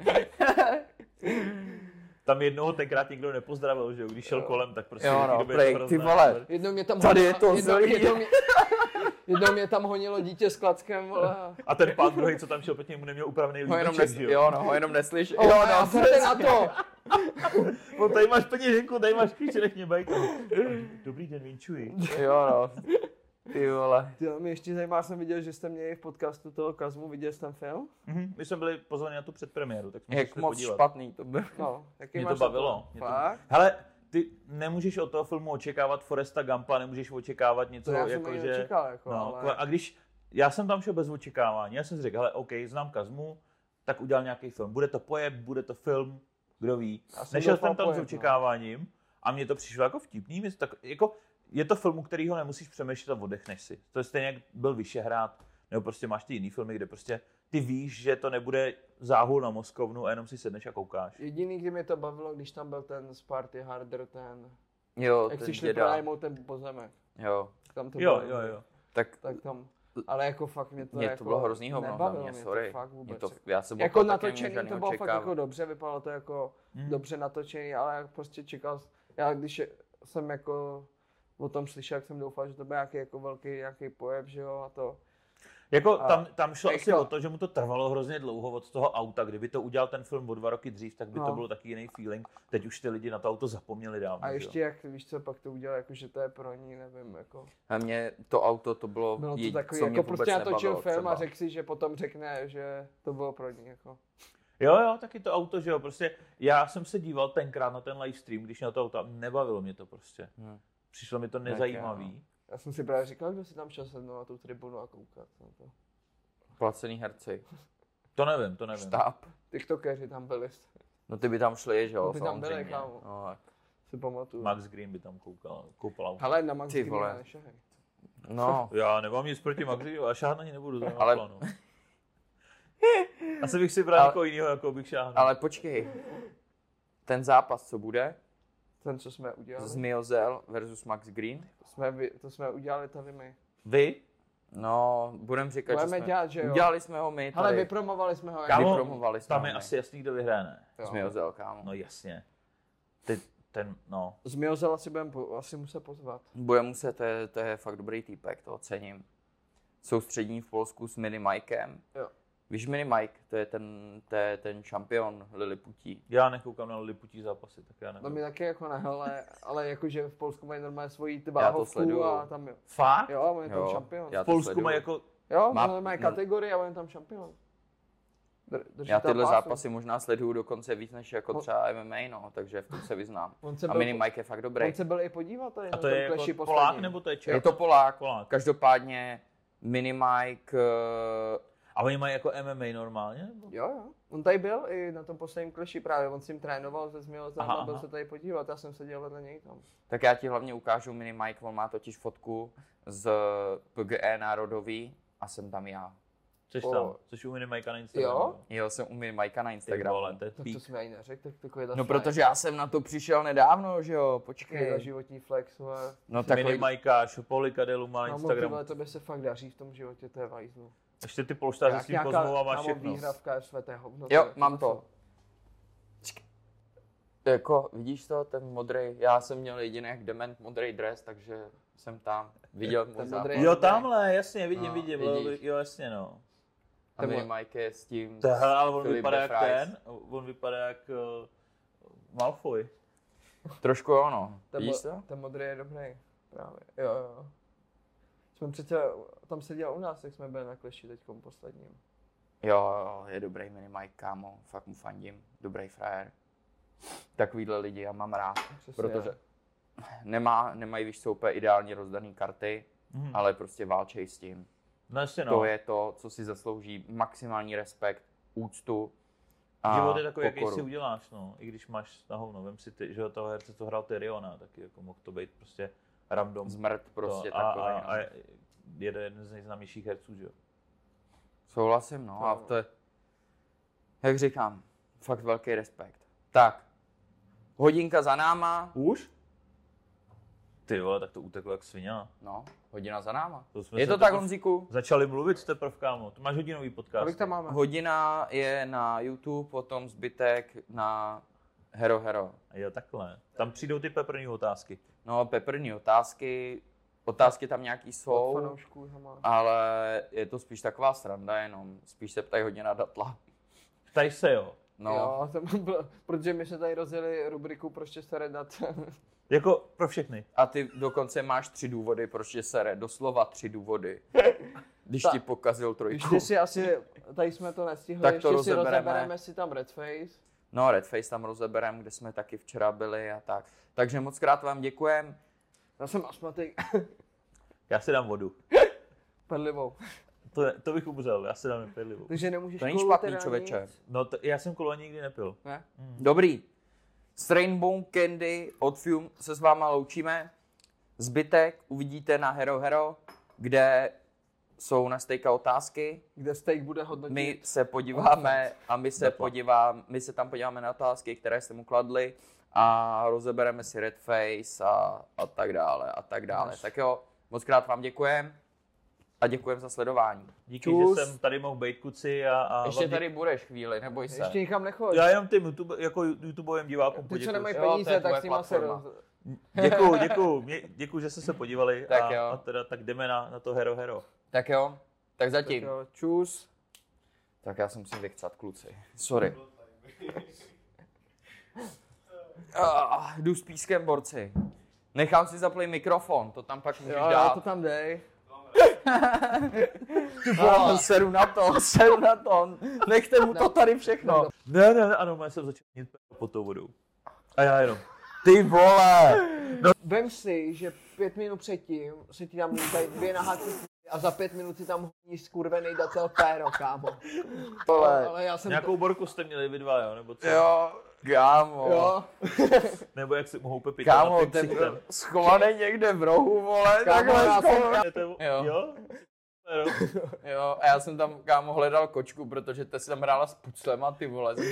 Tam jednoho tenkrát nikdo nepozdravil, že jo, když šel kolem, tak prostě Jo, v té no, době prej, je to ty hrozné. vole. Jednou mě tam Tady je honilo- to jednou, zelí. jednou, mě, jednou mě tam honilo dítě s klackem, vole. A ten pán druhý, co tam šel, proti němu neměl upravený Ho jenom, líbeček, nes, že jo. jo, no, ho jenom neslyš. Oh, Jo, a no, pojďte na to. No, tady máš peněženku, tady máš klíče, nech mě bejt. Dobrý den, vinčuji. jo, no. Ty vole. Ty, mě ještě zajímá, jsem viděl, že jste měli v podcastu toho Kazmu, viděl jsi ten film? Mhm. My jsme byli pozvaní na tu předpremiéru, tak jsme se Jak šli moc podívat. špatný to bylo. No, jaký Mě máš to bavilo. Mě to... Fakt? Hele, ty nemůžeš od toho filmu očekávat Foresta Gumpa, nemůžeš očekávat něco, To já jsem jako ani že... nečekal, jako, no, ale... A když, já jsem tam šel bez očekávání, já jsem si řekl, hele, OK, znám Kazmu, tak udělal nějaký film. Bude to pojeb, bude to film, kdo ví. Já jsem Nešel doufal jsem tam pojeb, s no. očekáváním a mně to přišlo jako vtipný, mě to tak, jako, je to film, u kterýho nemusíš přemýšlet a oddechneš si. To je stejně jak byl Vyšehrad, nebo prostě máš ty jiný filmy, kde prostě ty víš, že to nebude záhul na mozkovnu a jenom si sedneš a koukáš. Jediný, kdy mě to bavilo, když tam byl ten z Party Harder, ten... Jo, Jak ten si šli děda. pronajmout ten pozemek. Jo, Tam to Jo, bylo, jo, jo. tak Tak tam... Ale jako fakt mě to mě jako to bylo hrozný hovno za nebavilo mě, mě sorry. To fakt Mě vůbec. to, já jsem Jako opravdu taky natočený neměl to bylo fakt očekávat. jako dobře, vypadalo to jako Hmm. dobře natočený, ale jak prostě čekal, já když je- jsem jako o tom slyšel, jak jsem doufal, že to bude nějaký jako velký nějaký pojeb, že jo, a to. Jako A tam, tam šlo jak asi to- o to, že mu to trvalo hrozně dlouho od toho auta. Kdyby to udělal ten film o dva roky dřív, tak by No. to bylo taky jiný feeling. Teď už ty lidi na to auto zapomněli dávno. A že ještě jo. jak, víš co, pak to udělal, jako že to je pro ní, nevím, jako. A mě to auto, to bylo, Bylo to jediné, takový, co mě jako vůbec prostě natočil nebavilo film třeba. a řekl si, že potom řekne, že to bylo pro ní, jako. Jo, jo, taky to auto, že jo. Prostě já jsem se díval tenkrát na ten livestream, když na to auto, nebavilo mě to prostě. Hmm. přišlo mi to nezajímavý. Já jsem si právě říkal, kdo si tam šel sednout na tu tribunu a koukat na to. Placený herci. To nevím, to nevím. Štáb. TikTokeři tam byli. No ty by tam šli, že jo, No ty tam byli, samozřejmě. kámo. No, tak. Si pamatuju. Max Green by tam koukal, koupal auto. Hele, na Max Ty Greena vole. nešahej. no. Já nemám nic proti Max Greenu, a šáhat na ně nebudu, to nemám Ale- plánu. Asi bych si bral Ale- někoho jiného, jako bych šáhnul. Ale počkej. Ten zápas, co bude? Ten, co jsme udělali. Zmiozel versus Max Green? To jsme, vy- to jsme udělali tady my. Vy? No, budem říkat, Budeme že jsme... dělat, že jo. Udělali jsme ho my Hele, tady. vypromovali jsme ho. jak- Kámo, Vypromovali jsme tam ho je my. asi jasný, kdo vyhraje, ne? Jo. Zmiozel, kámo. No jasně. Ty, ten, no. Z Miozela si budeme po, asi muset pozvat. Bude muset, to je, to je fakt dobrý týpek, to ocením. Soustřední v Polsku s Mini Mikem. Jo. Víš Mini Mike, to je ten, to je ten šampion Lilliputí. Já nekoukám na Lilliputí zápasy, tak já No nevím. mi taky jako ne, ale, ale jakože v Polsku mají normálně svoji to váhovku sleduju. a tam jo. Fakt? Jo, on je tam Jo, šampion. já V to Polsku sleduju. mají jako... Jo, Má- má, mají no. kategorii a on je tam šampion. Dr, drží Já tam tyhle pásu. zápasy možná sleduju dokonce víc než jako On- třeba M M A, no, takže v tom se vyznám. On se A byl, Mini Mike je fakt dobrý. on se byl i podívat tady A na to tom je Clashi jako posledním. Polák nebo to je Čech? Je to Polák. Polák. Každopádně Mini Mike, eh, A oni mají jako M M A normálně? Nebo? Jo, jo. On tady byl i na tom posledním Clashi právě, on s ním trénoval se Zmiozem Aha, a byl aha. se tady podívat, já jsem seděl vedle něj tam. tak já ti hlavně ukážu Mini Mike, on má totiž fotku z P G E národový a jsem tam já. Což O. tam? Což u Minimajka na Instagramu? Jo? Jel jsem u Mini Mikea na Ty Instagramu. vole, to je Tak to pík. jsme ani neřekl, tak takový No protože já jsem na to přišel nedávno, že jo, Takový počkej. životní flex, ale... No takový, Minimajka, Šopoli Kadelu má na Kámo, Instagramu. tyhle, to by se fakt daří v tom životě, to je vajzlu. Ještě ty polštáři s tím kozmou a máš všechno. výhra v K S V, to je hovno. jo, to je- mám to. Jako, vidíš to, ten modrý, já jsem měl jediný jak dement modrý dres, takže jsem tam viděl můj Ten zápas. modrý- Jo, tamhle, jasně, vidím, No, vidím, vidíš. jo, jasně, no. A Ten Mini mo- Mike je s tím, To, hele, ale on Filip vypadá jak de Vries. ten, on vypadá jak uh, Malfoy. trošku jo, no. Ten, Vidíš mo- to? ten modrý je dobrý, právě. Jo, jo. Jsme přece tam seděl u nás, jak jsme byli na Clashi teďkom posledním. Jo, jo, je dobrý Mini Mike, kámo, fakt mu fandím, dobrý frajer. Takovýhle lidi já mám rád, Přesně. protože nemá, nemají, víš co, úplně ideálně rozdaný karty, Mhm. ale prostě válčej s tím. No jasně, no. To je to, co si zaslouží maximální respekt, úctu a Život je takový, jaký pokoru. si uděláš, no. I když máš na hovno, vem si ty, že jo, toho herce, co hrál Tyriona, taky jako mohl to být prostě random. Zmrt prostě to, a, takový. a, no. a, je jeden z nejznámějších herců, že jo. Souhlasím, no. A No. to je, jak říkám, fakt velký respekt. Tak, hodinka za náma. Už? Ty vole, tak to uteklo jak svině. No, hodina za náma. To jsme Je se to tak, teprv Honzíku? Začali mluvit teprv, kámo. To máš hodinový podcast. Kolik tam máme? Hodina je na YouTube, potom zbytek na Hero Hero. Jo, takhle. Tam přijdou ty peprní otázky. No, peprní otázky, otázky tam nějaký Od jsou, fanoušků ho má. ale je to spíš taková sranda jenom. Spíš se ptají hodně na datla. Ptaj se, jo. No, Jo, to bylo, protože my jsme tady rozjeli rubriku Proč tě starat nad... Jako pro všechny. a ty dokonce máš tři důvody, proč je sere. Doslova tři důvody. Když Ta- ti pokazil trojku. Ještě si asi, tady jsme to nestihli, Tak to ještě si rozebereme. rozebereme si tam Red Face. No, Redface tam rozeberem, kde jsme taky včera byli a tak. Takže moc krát vám děkujem. Já jsem astmatik. Já si dám vodu. Pedlivou. To, to bych umřel, já si dám nepělivou. Takže nemůžeš To není kolu špatný, teda člověče. nic? No, to, já jsem kolo ani nikdy nepil. Ne? Dobrý. S Rainbow Candy od Fume se s váma loučíme. Zbytek uvidíte na Hero Hero, kde jsou na stejka otázky. Kde steak bude hodnotit? My se podíváme a my se, Datla. podívám, my se tam podíváme na otázky, které jste mu kladli a rozebereme si Red Face a, a tak dále a tak dále. Yes. Tak jo, moc krát vám děkujem a děkujem za sledování. Díky, Čus. že jsem tady mohl být kuci a... a Ještě vám tady budeš chvíli, neboj se. Ještě nikam nechoď. Já jenom tím YouTube, jako YouTubeovým divákům Ty, co poděkuji. nemají Jo, to je peníze, tak tvoje s nima se platforma. roz... Děkuju, děkuju, mě- děkuju, že jste se podívali Tak a, jo. a teda tak jdeme na, na to Hero Hero. Tak jo, tak Tak zatím. jo, čus. Tak já se musím vychcat, kluci. Sorry. Ah, jdu s pískem, borci. Nechám si zaplit mikrofon, to tam pak můžeš Jo, jo, dát. to tam dej. Ty vole, seru na to, seru na to. Nechte mu to tady všechno. Ne, ne, ano, já jsem začal mít pod tou vodou. A já jenom. Ty vole, Vem si, že pět minut předtím si ti tam lítají dvě nahácí a za pět minut si tam honí skurvený datel péro, kámo. Ale, Ale já jsem Nějakou borku jste měli vy dva, jo? Nebo co? jo, kámo. Jo. Nebo jak si mohou Pepita Kámo, nad tím ten ksichtem. schovaný někde v rohu, vole, Kámo, takhle já jsem- schovaný. Je to- Jo. Jo? Jo? Jo, a já jsem tam, kámo, hledal kočku, protože ta si tam hrála s puclema, ty vole.